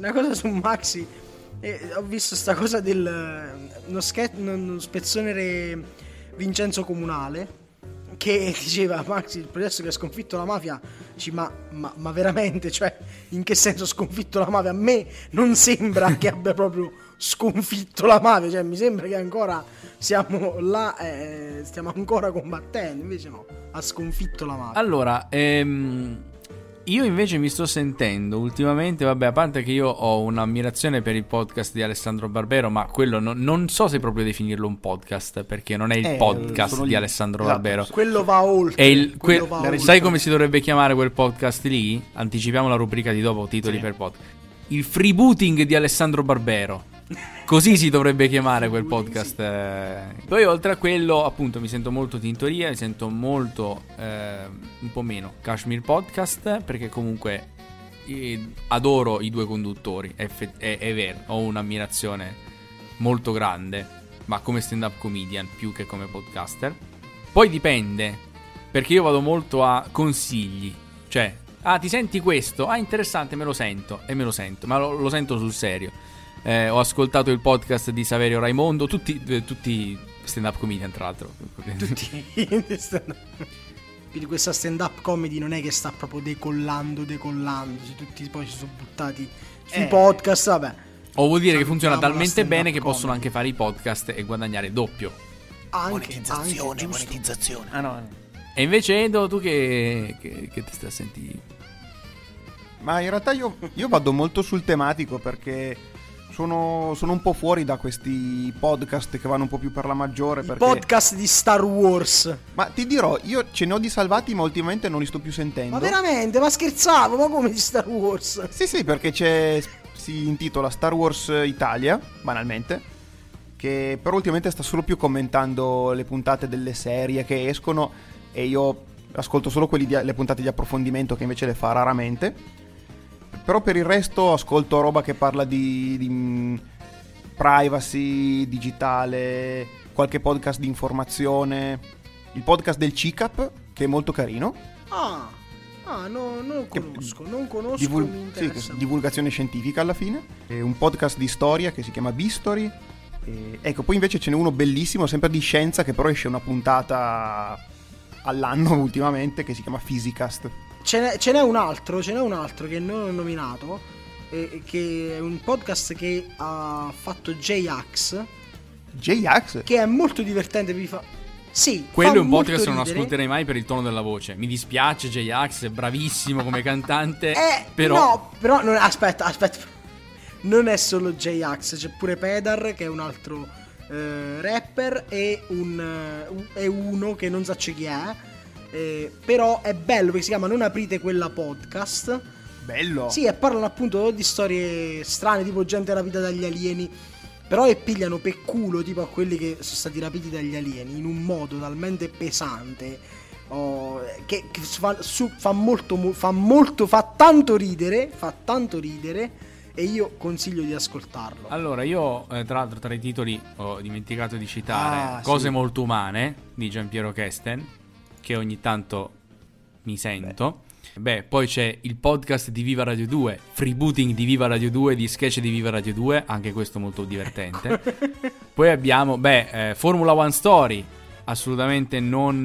Speaker 1: Ho visto sta cosa uno spezzone Vincenzo Comunale che diceva: Maxi, il processo che ha sconfitto la mafia. Ma veramente, cioè, in che senso sconfitto la mafia? A me non sembra che abbia proprio sconfitto la mafia, cioè mi sembra che ancora siamo là, stiamo ancora combattendo. Invece no, ha sconfitto la mafia.
Speaker 2: Allora, io invece mi sto sentendo ultimamente, vabbè, a parte che io ho un'ammirazione per il podcast di Alessandro Barbero, ma quello non so se proprio definirlo un podcast, perché non è il podcast di Alessandro Barbero.
Speaker 1: Quello va oltre.
Speaker 2: Sai come si dovrebbe chiamare quel podcast lì? Anticipiamo la rubrica di dopo, titoli per podcast. Il freebooting di Alessandro Barbero. Così si dovrebbe chiamare quel podcast. Poi oltre a quello, appunto, mi sento molto Tintoria, mi sento molto un po' meno Kashmir Podcast, perché comunque adoro i due conduttori, è vero, ho un'ammirazione molto grande, ma come stand-up comedian più che come podcaster. Poi dipende, perché io vado molto a consigli, cioè, ti senti questo? Ah, interessante, me lo sento, ma lo sento sul serio. Ho ascoltato il podcast di Saverio Raimondo, tutti stand-up comedian, tra l'altro.
Speaker 1: Quindi questa stand-up comedy non è che sta proprio decollando, tutti poi si sono buttati sui podcast, vabbè.
Speaker 2: O vuol dire che funziona talmente bene che possono anche fare i podcast e guadagnare doppio.
Speaker 3: Monetizzazione. Ah, no.
Speaker 2: E invece Edo, tu che ti stai a sentire?
Speaker 3: Ma in realtà io vado molto sul tematico, perché sono un po' fuori da questi podcast che vanno un po' più per la maggiore. Perché...
Speaker 1: podcast di Star Wars.
Speaker 3: Ma ti dirò, io ce ne ho di salvati, ma ultimamente non li sto più sentendo.
Speaker 1: Ma veramente? Ma scherzavo? Ma come di Star Wars?
Speaker 3: Sì, perché si intitola Star Wars Italia, banalmente, che però ultimamente sta solo più commentando le puntate delle serie che escono, e io ascolto solo le puntate di approfondimento, che invece le fa raramente. Però per il resto ascolto roba che parla di privacy digitale, qualche podcast di informazione, il podcast del CICAP, che è molto carino.
Speaker 1: Non conosco, mi interessa.
Speaker 3: Divulgazione scientifica alla fine. E un podcast di storia che si chiama Bistory. Ecco, poi invece ce n'è uno bellissimo, sempre di scienza, che però esce una puntata all'anno ultimamente, che si chiama Physicast.
Speaker 1: Ce n'è un altro che non ho nominato, che è un podcast che ha fatto J-Ax, che è molto divertente. Sì,
Speaker 2: quello è un podcast che non ascolterei mai per il tono della voce. Mi dispiace, J-Ax è bravissimo come cantante, però
Speaker 1: non, aspetta, non è solo J-Ax, c'è pure Pedar, che è un altro rapper, e uno che non so chi è. Però è bello perché si chiama Non aprite quella podcast.
Speaker 3: Bello.
Speaker 1: Sì, e parlano appunto di storie strane, tipo gente rapita dagli alieni, però e pigliano per culo tipo a quelli che sono stati rapiti dagli alieni in un modo talmente pesante, che fa tanto ridere, e io consiglio di ascoltarlo.
Speaker 2: Allora, io tra l'altro tra i titoli ho dimenticato di citare Cose molto umane di Giampiero Kesten, che ogni tanto mi sento. Poi c'è il podcast di Viva Radio 2, freebooting di Viva Radio 2, di sketch di Viva Radio 2, anche questo molto divertente. Poi abbiamo Formula One Story, assolutamente non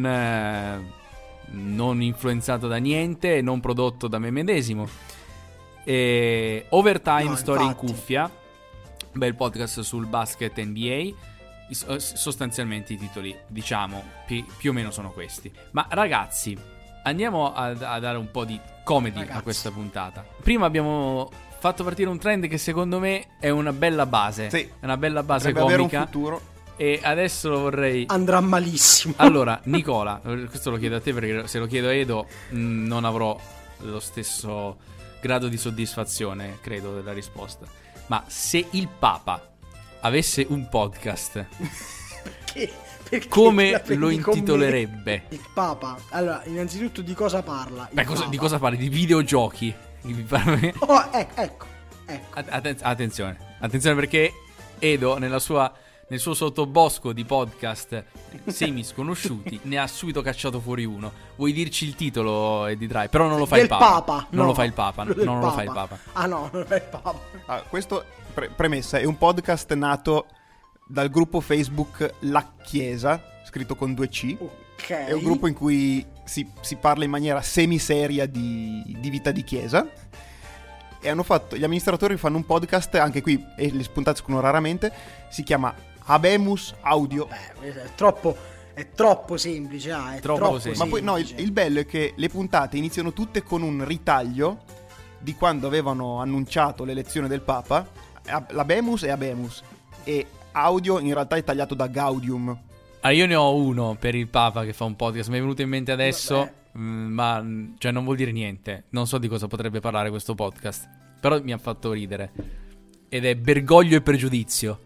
Speaker 2: influenzato da niente, non prodotto da me medesimo. E Overtime Story in cuffia, bel podcast sul basket NBA. Sostanzialmente i titoli, diciamo, più o meno sono questi. Ma ragazzi, andiamo a dare un po' di comedy a questa puntata. Prima abbiamo fatto partire un trend che secondo me è una bella base.
Speaker 3: Sì,
Speaker 2: è una bella base
Speaker 3: comica.
Speaker 2: Avere un
Speaker 3: futuro.
Speaker 2: E adesso vorrei...
Speaker 1: Andrà malissimo.
Speaker 2: Allora, Nicola, questo lo chiedo a te perché se lo chiedo a Edo non avrò lo stesso grado di soddisfazione, credo, della risposta. Ma se il Papa avesse un podcast,
Speaker 1: Perché
Speaker 2: come
Speaker 1: la prendi
Speaker 2: lo
Speaker 1: con me?
Speaker 2: intitolerebbe?
Speaker 1: Il Papa, allora, innanzitutto di cosa parla?
Speaker 2: Beh, di cosa parli? Di videogiochi?
Speaker 1: Oh, ecco.
Speaker 2: Attenzione perché Edo nel suo sottobosco di podcast semi sconosciuti ne ha subito cacciato fuori uno. Vuoi dirci il titolo, Eddie Dry? Però non lo fa il Papa. Non lo fa il Papa. Non lo fa il Papa.
Speaker 1: Ah no, non lo fa il Papa.
Speaker 3: Questo, premessa, è un podcast nato dal gruppo Facebook La Chiesa, scritto con 2 C.
Speaker 1: Ok.
Speaker 3: È un gruppo in cui si parla in maniera semiseria di vita di chiesa. E gli amministratori fanno un podcast, anche qui, e le spuntate escono raramente, si chiama Habemus Audio.
Speaker 1: Beh, è troppo semplice, è troppo semplice.
Speaker 3: Ma poi no, il bello è che le puntate iniziano tutte con un ritaglio di quando avevano annunciato l'elezione del Papa. L'Habemus è Habemus e Audio in realtà è tagliato da Gaudium.
Speaker 2: Io ne ho uno per il Papa che fa un podcast, mi è venuto in mente adesso, ma cioè non vuol dire niente. Non so di cosa potrebbe parlare questo podcast, però mi ha fatto ridere. Ed è Bergoglio e Pregiudizio.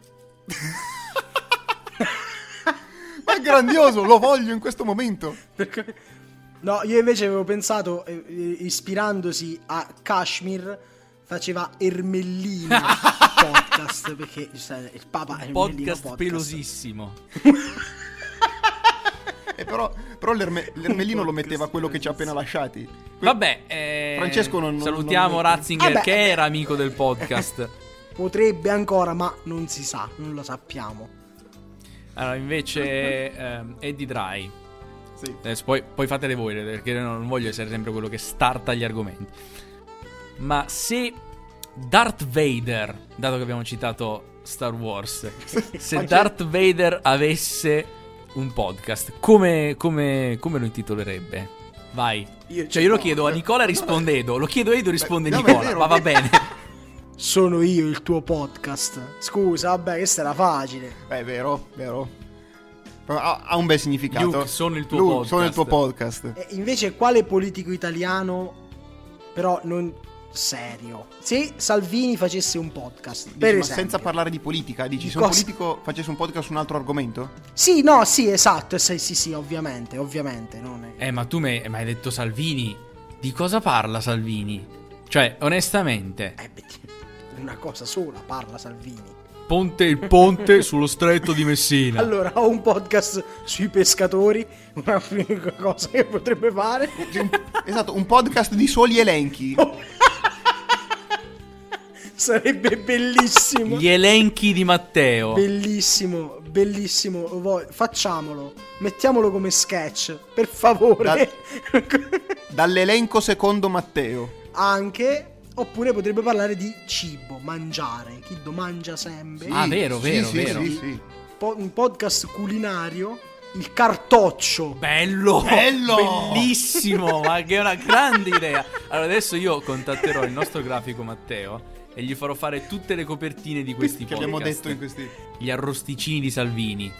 Speaker 3: Ma è grandioso, lo voglio in questo momento.
Speaker 1: No, io invece avevo pensato, ispirandosi a Kashmir, faceva Ermellino podcast, perché il Papa è
Speaker 2: podcast pelosissimo.
Speaker 3: Però l'Ermellino lo metteva quello che ci ha appena lasciati.
Speaker 2: Vabbè,
Speaker 3: Francesco non
Speaker 2: salutiamo Ratzinger, che era amico del podcast.
Speaker 1: Potrebbe ancora, ma non si sa, non lo sappiamo.
Speaker 2: Allora, invece Eddie Dry.
Speaker 3: Sì.
Speaker 2: Adesso poi fatele voi, perché non voglio essere sempre quello che starta gli argomenti. Ma se Darth Vader, dato che abbiamo citato Star Wars, se Darth Vader avesse un podcast, come lo intitolerebbe? Vai. Io lo chiedo a Nicola, risponde Edo. Lo chiedo a Edo, risponde Nicola. Ma va bene.
Speaker 1: Sono io il tuo podcast. Scusa, vabbè, questa era facile.
Speaker 3: È vero. Però ha un bel significato.
Speaker 2: Luke, sono il tuo podcast.
Speaker 1: E invece quale politico italiano, però non serio, se Salvini facesse un podcast,
Speaker 3: Dici,
Speaker 1: per
Speaker 3: ma
Speaker 1: esempio,
Speaker 3: senza parlare di politica, dici, se un politico facesse un podcast su un altro argomento?
Speaker 1: Sì, no, sì, esatto, sì, ovviamente non è...
Speaker 2: Ma tu mi hai detto Salvini. Di cosa parla Salvini? Cioè, onestamente,
Speaker 1: una cosa sola parla Salvini.
Speaker 2: il ponte sullo stretto di Messina.
Speaker 1: Allora, ho un podcast sui pescatori, una cosa che potrebbe fare.
Speaker 3: Esatto, un podcast di soli elenchi.
Speaker 1: Sarebbe bellissimo.
Speaker 2: Gli elenchi di Matteo.
Speaker 1: Bellissimo. Facciamolo. Mettiamolo come sketch, per favore.
Speaker 3: Dall'elenco secondo Matteo.
Speaker 1: Anche. Oppure potrebbe parlare di cibo, mangiare. Chi mangia sempre.
Speaker 2: Sì, vero.
Speaker 3: Sì.
Speaker 1: Un podcast culinario. Il cartoccio.
Speaker 2: Bello. Bellissimo. Ma che è una grande idea. Allora adesso io contatterò il nostro grafico Matteo e gli farò fare tutte le copertine di questi
Speaker 3: che
Speaker 2: podcast.
Speaker 3: abbiamo detto in questi.
Speaker 2: Gli arrosticini di Salvini.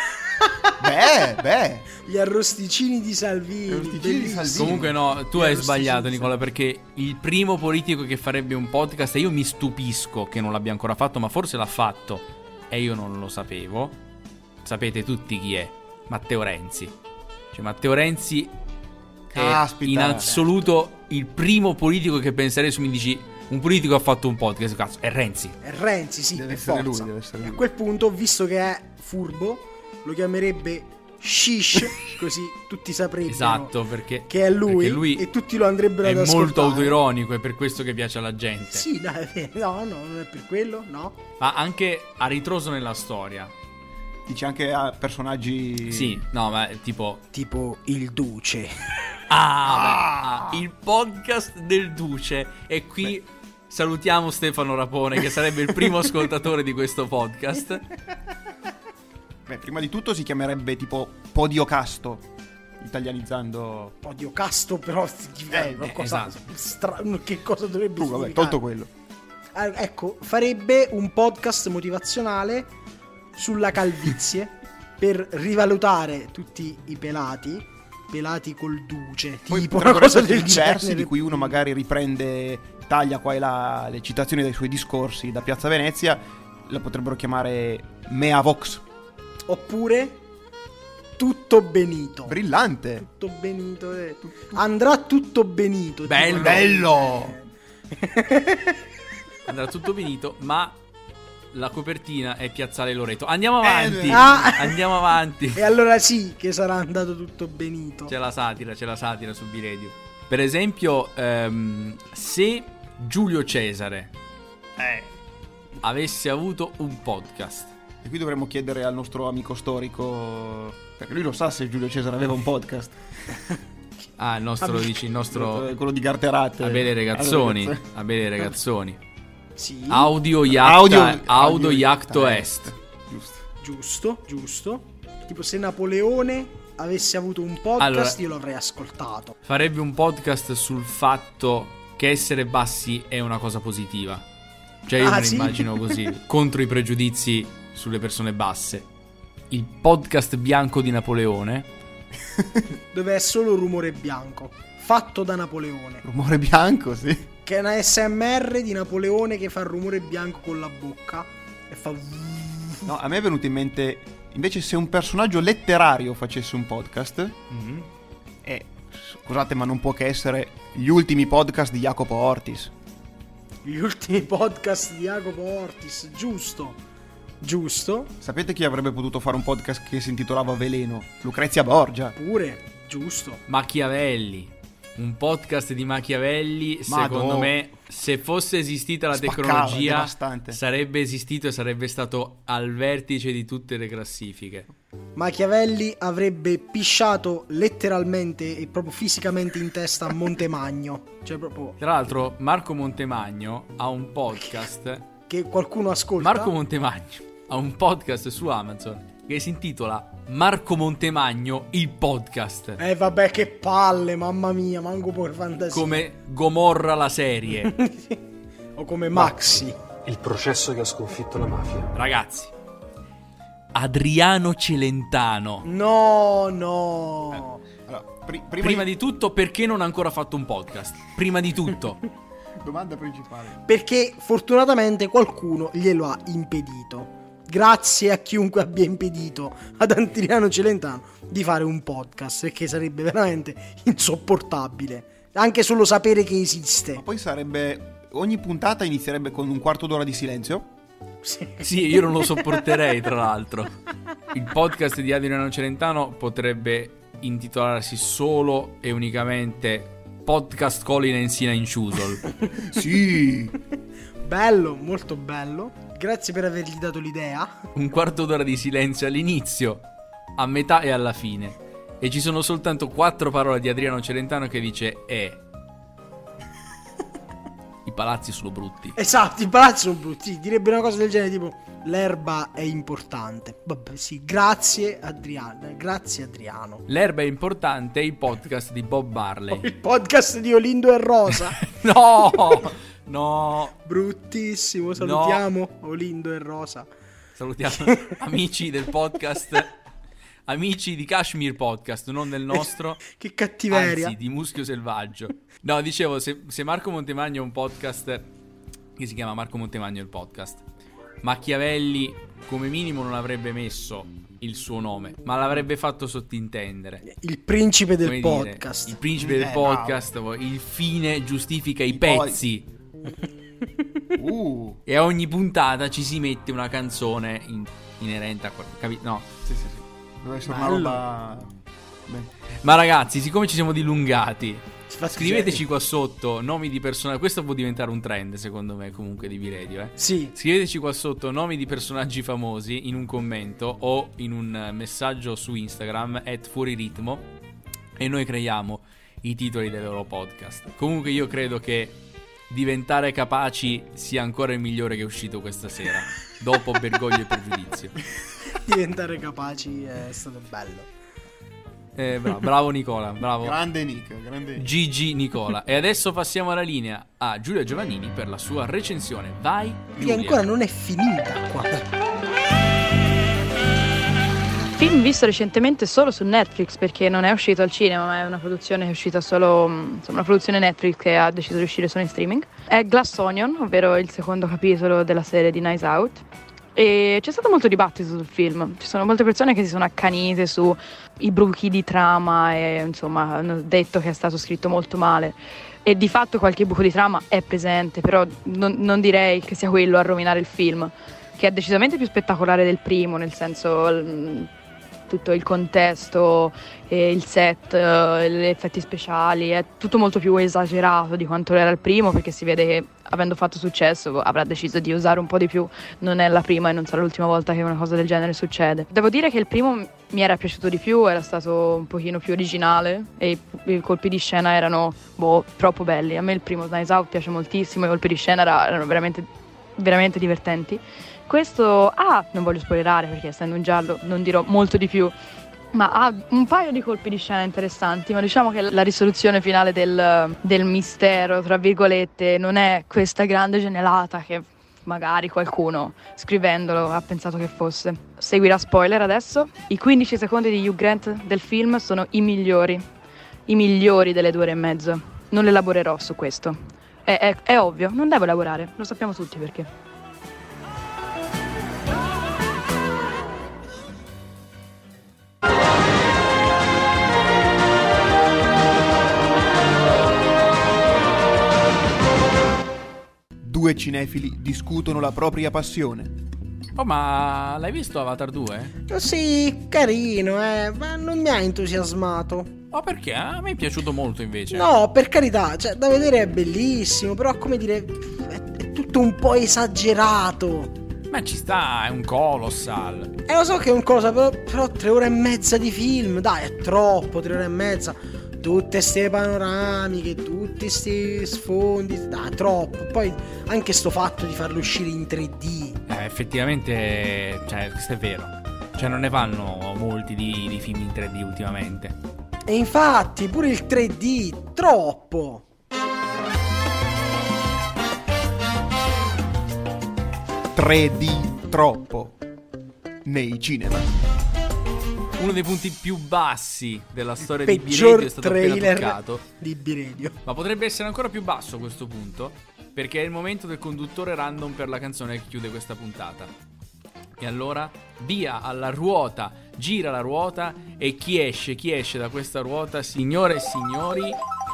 Speaker 3: Beh.
Speaker 1: Gli arrosticini di Salvini.
Speaker 2: Comunque no, tu hai sbagliato, Nicola, perché il primo politico che farebbe un podcast, e io mi stupisco che non l'abbia ancora fatto, ma forse l'ha fatto e io non lo sapevo. Sapete tutti chi è? Matteo Renzi. Cioè Matteo Renzi è in assoluto il primo politico che penserei su. Mi dici un politico ha fatto un podcast, cazzo, è Renzi.
Speaker 1: Sì,
Speaker 3: deve
Speaker 1: per
Speaker 3: essere
Speaker 1: forza.
Speaker 3: lui, deve essere lui.
Speaker 1: A quel punto, visto che è furbo, lo chiamerebbe Shish, così tutti saprebbero.
Speaker 2: Esatto, perché
Speaker 1: che è lui e tutti lo andrebbero ad ascoltare.
Speaker 2: È molto autoironico, è per questo che piace alla gente.
Speaker 1: Sì, no, non è per quello, no.
Speaker 2: Ma anche a ritroso nella storia.
Speaker 3: Dice anche a personaggi.
Speaker 2: Sì, no, ma tipo
Speaker 1: il Duce.
Speaker 2: Il podcast del Duce. E qui salutiamo Stefano Rapone, che sarebbe il primo ascoltatore di questo podcast.
Speaker 3: Beh, prima di tutto si chiamerebbe tipo Podiocasto, italianizzando.
Speaker 1: Podiocasto, però
Speaker 2: esatto.
Speaker 1: Che cosa dovrebbe significare?
Speaker 3: Vabbè, tolto quello.
Speaker 1: Ecco, farebbe un podcast motivazionale sulla calvizie per rivalutare tutti i pelati col duce,
Speaker 3: Poi
Speaker 1: tipo una cosa del
Speaker 3: diversi
Speaker 1: genere,
Speaker 3: di cui uno magari riprende, taglia qua e là le citazioni dai suoi discorsi da Piazza Venezia, la potrebbero chiamare Mea Vox.
Speaker 1: oppure tutto benito.
Speaker 3: Brillante.
Speaker 1: Tutto benito, andrà tutto benito.
Speaker 2: Bello.
Speaker 3: Bello.
Speaker 2: Andrà tutto benito, ma la copertina è Piazzale Loreto. Andiamo avanti. Andiamo avanti.
Speaker 1: E allora sì che sarà andato tutto benito.
Speaker 2: C'è la satira su B-Radio. Per esempio, se Giulio Cesare avesse avuto un podcast.
Speaker 3: E qui dovremmo chiedere al nostro amico storico, perché lui lo sa se Giulio Cesare aveva un podcast.
Speaker 2: Ah, il nostro, dici, il nostro...
Speaker 3: quello di Garterate.
Speaker 2: Abele Ragazzoni.
Speaker 1: Sì.
Speaker 2: Audio Iacto Est.
Speaker 1: Giusto. Tipo se Napoleone avesse avuto un podcast,
Speaker 2: allora,
Speaker 1: io lo avrei ascoltato.
Speaker 2: Farebbe un podcast sul fatto che essere bassi è una cosa positiva. Cioè io me lo immagino così, contro i pregiudizi sulle persone basse. Il podcast bianco di Napoleone,
Speaker 1: dove è solo rumore bianco, fatto da Napoleone.
Speaker 3: Rumore bianco, sì.
Speaker 1: Che è una SMR di Napoleone che fa il rumore bianco con la bocca e fa...
Speaker 3: No, a me è venuto in mente invece se un personaggio letterario facesse un podcast. Scusate, ma non può che essere gli ultimi podcast di Jacopo Ortis.
Speaker 1: Gli ultimi podcast di Jacopo Ortis, giusto.
Speaker 3: Sapete chi avrebbe potuto fare un podcast che si intitolava Veleno? Lucrezia Borgia.
Speaker 1: Pure, giusto.
Speaker 2: Machiavelli. Un podcast di Machiavelli, secondo me, se fosse esistita la tecnologia,
Speaker 3: devastante.
Speaker 2: sarebbe esistito e sarebbe stato al vertice di tutte le classifiche.
Speaker 1: Machiavelli avrebbe pisciato letteralmente e proprio fisicamente in testa a Montemagno. Cioè proprio...
Speaker 2: Tra l'altro Marco Montemagno ha un podcast
Speaker 1: che qualcuno ascolta.
Speaker 2: Marco Montemagno ha un podcast su Amazon che si intitola Marco Montemagno il podcast.
Speaker 1: Vabbè, che palle, mamma mia, manco per fantasia.
Speaker 2: Come Gomorra la serie.
Speaker 1: O come Maxi.
Speaker 7: Il processo che ha sconfitto la mafia.
Speaker 2: Ragazzi, Adriano Celentano.
Speaker 1: No.
Speaker 3: Allora,
Speaker 2: prima di tutto, perché non ha ancora fatto un podcast? Prima di tutto.
Speaker 3: Domanda principale.
Speaker 1: Perché fortunatamente qualcuno glielo ha impedito. Grazie a chiunque abbia impedito ad Adriano Celentano di fare un podcast, perché sarebbe veramente insopportabile anche solo sapere che esiste.
Speaker 3: Ma poi sarebbe, ogni puntata inizierebbe con un quarto d'ora di silenzio.
Speaker 2: Sì, io non lo sopporterei, tra l'altro. Il podcast di Adriano Celentano potrebbe intitolarsi solo e unicamente Podcast Colin and Sina in Chusol.
Speaker 3: Sì.
Speaker 1: Bello, molto bello. Grazie per avergli dato l'idea.
Speaker 2: Un quarto d'ora di silenzio all'inizio, a metà e alla fine. E ci sono soltanto 4 parole di Adriano Celentano che dice i palazzi sono brutti.
Speaker 1: Esatto, i palazzi sono brutti. Direbbe una cosa del genere tipo l'erba è importante. Vabbè, sì, grazie Adriano.
Speaker 2: L'erba è importante è il podcast di Bob Marley.
Speaker 1: Il podcast di Olindo e Rosa.
Speaker 2: No,
Speaker 1: bruttissimo. Salutiamo Olindo e Rosa.
Speaker 2: Salutiamo amici del podcast, amici di Kashmir Podcast, non del nostro.
Speaker 1: Che cattiveria.
Speaker 2: Anzi, di Muschio Selvaggio. No, dicevo, se Marco Montemagno ha un podcast che si chiama Marco Montemagno il podcast, Machiavelli come minimo non avrebbe messo il suo nome, ma l'avrebbe fatto sottintendere.
Speaker 1: Il principe del
Speaker 2: Come
Speaker 1: podcast.
Speaker 2: Dire, il principe del podcast, il fine giustifica i pezzi.
Speaker 3: E
Speaker 2: a ogni puntata ci si mette una canzone inerente a quello. No.
Speaker 3: Sì. Deve essere una roba. Beh.
Speaker 2: Ma ragazzi, siccome ci siamo dilungati, scriveteci qua sotto nomi di personaggi. Questo può diventare un trend, secondo me, comunque di B-Radio,
Speaker 1: Sì.
Speaker 2: Scriveteci qua sotto nomi di personaggi famosi in un commento o in un messaggio su Instagram @fuoriritmo e noi creiamo i titoli del loro podcast. Comunque io credo che diventare capaci sia ancora il migliore che è uscito questa sera, dopo Bergoglio e Pregiudizio.
Speaker 1: Diventare capaci è stato bello.
Speaker 2: Bravo Nicola, bravo.
Speaker 3: Grande Nick.
Speaker 2: Gigi Nicola. E adesso passiamo alla linea a Giulia Giovannini per la sua recensione. Vai,
Speaker 1: Che
Speaker 2: Giulia.
Speaker 1: ancora non è finita qua.
Speaker 8: film visto recentemente solo su Netflix, perché non è uscito al cinema, ma è una produzione che è uscita solo, insomma, una produzione Netflix che ha deciso di uscire solo in streaming. È Glass Onion, ovvero il secondo capitolo della serie di Knives Out. E c'è stato molto dibattito sul film, ci sono molte persone che si sono accanite sui bruchi di trama e insomma hanno detto che è stato scritto molto male, e di fatto qualche buco di trama è presente, però non direi che sia quello a rovinare il film, che è decisamente più spettacolare del primo, nel senso tutto il contesto, il set, gli effetti speciali, è tutto molto più esagerato di quanto era il primo, perché si vede che avendo fatto successo avrà deciso di usare un po' di più, non è la prima e non sarà l'ultima volta che una cosa del genere succede. Devo dire che il primo mi era piaciuto di più, era stato un pochino più originale e i colpi di scena erano troppo belli. A me il primo Knives Out piace moltissimo, i colpi di scena erano veramente, veramente divertenti. Questo non voglio spoilerare perché essendo un giallo non dirò molto di più, ma ha un paio di colpi di scena interessanti, ma diciamo che la risoluzione finale del mistero, tra virgolette, non è questa grande genialata che magari qualcuno scrivendolo ha pensato che fosse. Seguirà spoiler adesso. I 15 secondi di Hugh Grant del film sono i migliori delle 2 ore e mezzo. Non elaborerò su questo. È ovvio, non devo elaborare, lo sappiamo tutti perché.
Speaker 3: Due cinefili discutono la propria passione.
Speaker 2: Oh, ma l'hai visto Avatar 2?
Speaker 1: Sì, carino, ma non mi ha entusiasmato.
Speaker 2: Ma perché? A me è piaciuto molto invece.
Speaker 1: No, per carità, cioè, da vedere è bellissimo, però come dire, è tutto un po' esagerato.
Speaker 2: Ma ci sta, è un colossal.
Speaker 1: Lo so che è un cosa, però 3 ore e mezza di film, dai, è troppo, 3 ore e mezza. Tutte ste panoramiche, tutti sti sfondi, dai, troppo. Poi anche sto fatto di farlo uscire in 3D.
Speaker 2: Effettivamente, cioè, questo è vero. Cioè, non ne fanno molti di film in 3D ultimamente.
Speaker 1: E infatti, pure il 3D, troppo.
Speaker 3: Troppo nei cinema.
Speaker 2: Uno dei punti più bassi della storia
Speaker 1: di
Speaker 2: B-Radio è stato appena toccato.
Speaker 1: Di B-Radio.
Speaker 2: Ma potrebbe essere ancora più basso a questo punto, perché è il momento del conduttore random per la canzone che chiude questa puntata. E allora, via alla ruota, gira la ruota e chi esce da questa ruota, signore e signori,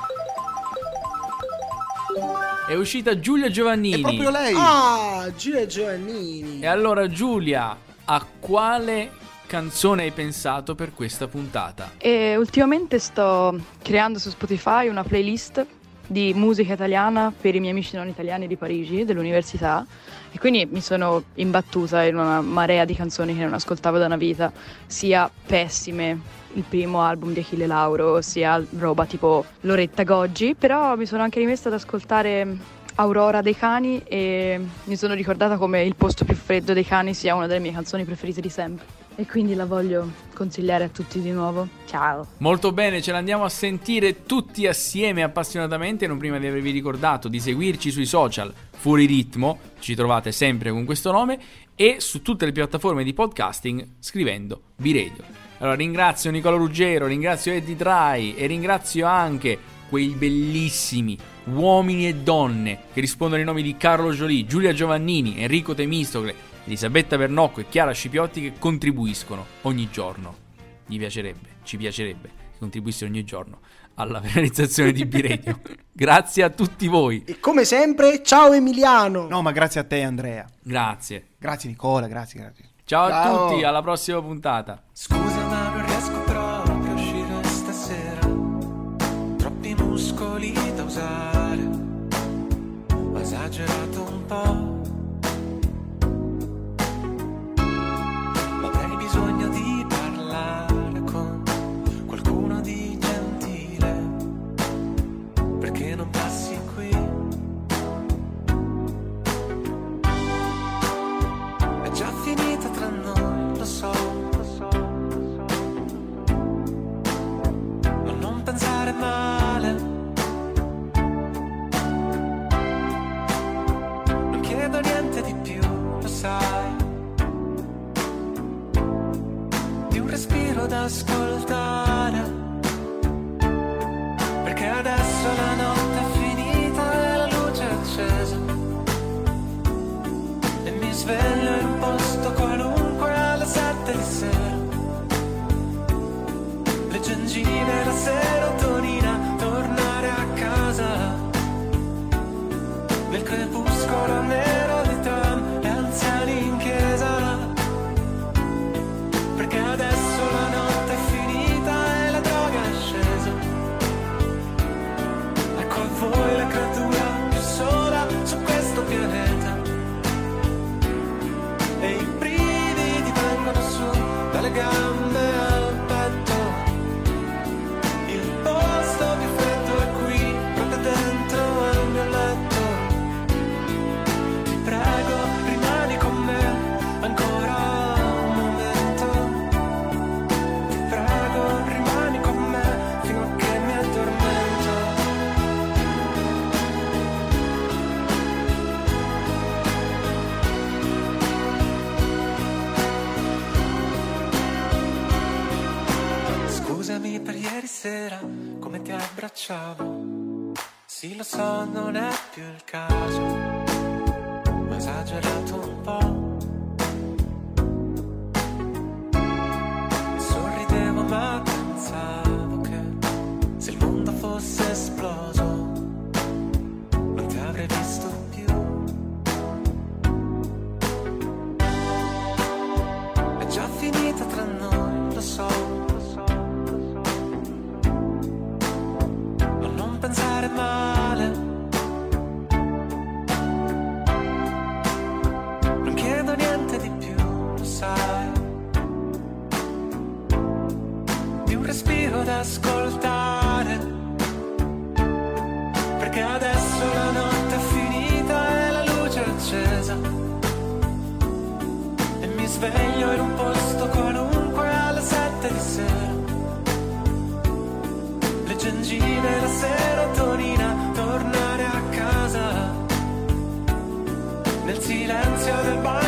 Speaker 2: è uscita Giulia Giovannini.
Speaker 3: È proprio lei.
Speaker 1: Giulia Giovannini.
Speaker 2: E allora Giulia, a quale canzone hai pensato per questa puntata?
Speaker 8: Ultimamente sto creando su Spotify una playlist di musica italiana per i miei amici non italiani di Parigi, dell'università, e quindi mi sono imbattuta in una marea di canzoni che non ascoltavo da una vita, sia pessime, il primo album di Achille Lauro, sia roba tipo Loretta Goggi, però mi sono anche rimessa ad ascoltare Aurora dei Cani e mi sono ricordata come Il posto più freddo dei Cani sia una delle mie canzoni preferite di sempre. E quindi la voglio consigliare a tutti di nuovo. Ciao.
Speaker 2: Molto bene, ce l'andiamo a sentire tutti assieme appassionatamente. Non prima di avervi ricordato di seguirci sui social Fuori Ritmo, ci trovate sempre con questo nome, e su tutte le piattaforme di podcasting scrivendo B-Radio. Allora ringrazio Nicola Ruggero, ringrazio Eddie Dry e ringrazio anche quei bellissimi uomini e donne che rispondono ai nomi di Carlo Jolie, Giulia Giovannini, Enrico Temistocle, Elisabetta Vernocco e Chiara Scipiotti, che contribuiscono ogni giorno. Ci piacerebbe che contribuissero ogni giorno alla realizzazione di B-Radio. Grazie a tutti voi.
Speaker 1: E come sempre, ciao Emiliano.
Speaker 3: No, ma grazie a te Andrea.
Speaker 2: Grazie.
Speaker 3: Grazie Nicola, grazie.
Speaker 2: Ciao a tutti, alla prossima puntata.
Speaker 9: Scusa ma non riesco proprio a uscire stasera. Troppi muscoli da usare. Ho esagerato un po'. Bisogno di parlare con qualcuno di gentile, perché non passi qui? È già finita tra noi, lo so, ma non pensare male. Non chiedo niente di più, lo sai. da ascoltare, perché adesso la notte è finita e la luce è accesa, e mi sveglio in un posto qualunque alle 7 di sera. Le gengive, la serotonina, tornare a casa, nel crepuscolo nero di tram, gli anziani in chiesa, perché adesso la notte è finita e la droga è scesa. Ecco a voi la creatura più sola su questo pianeta, e i brividi vengono su dalle gambe al petto. Il posto più freddo è qui, proprio dentro al mio letto. Ti prego, rimani con me ancora un momento. Ti prego, rimani con me fino a che mi addormento. Scusami per ieri sera, come ti abbracciavo. Sì, lo so, non è più il caso, ho esagerato un po'. Sorridevo ma pensavo che se il mondo fosse esploso non ti avrei visto più. È già finita tra noi, lo so. Non pensare male, non chiedo niente di più, lo sai, di un respiro da ascoltare, perché adesso la notte è finita e la luce è accesa, e mi sveglio in un posto qualunque alle 7 di sera. Le gengive, la serotonina, tornare a casa, nel silenzio del bar.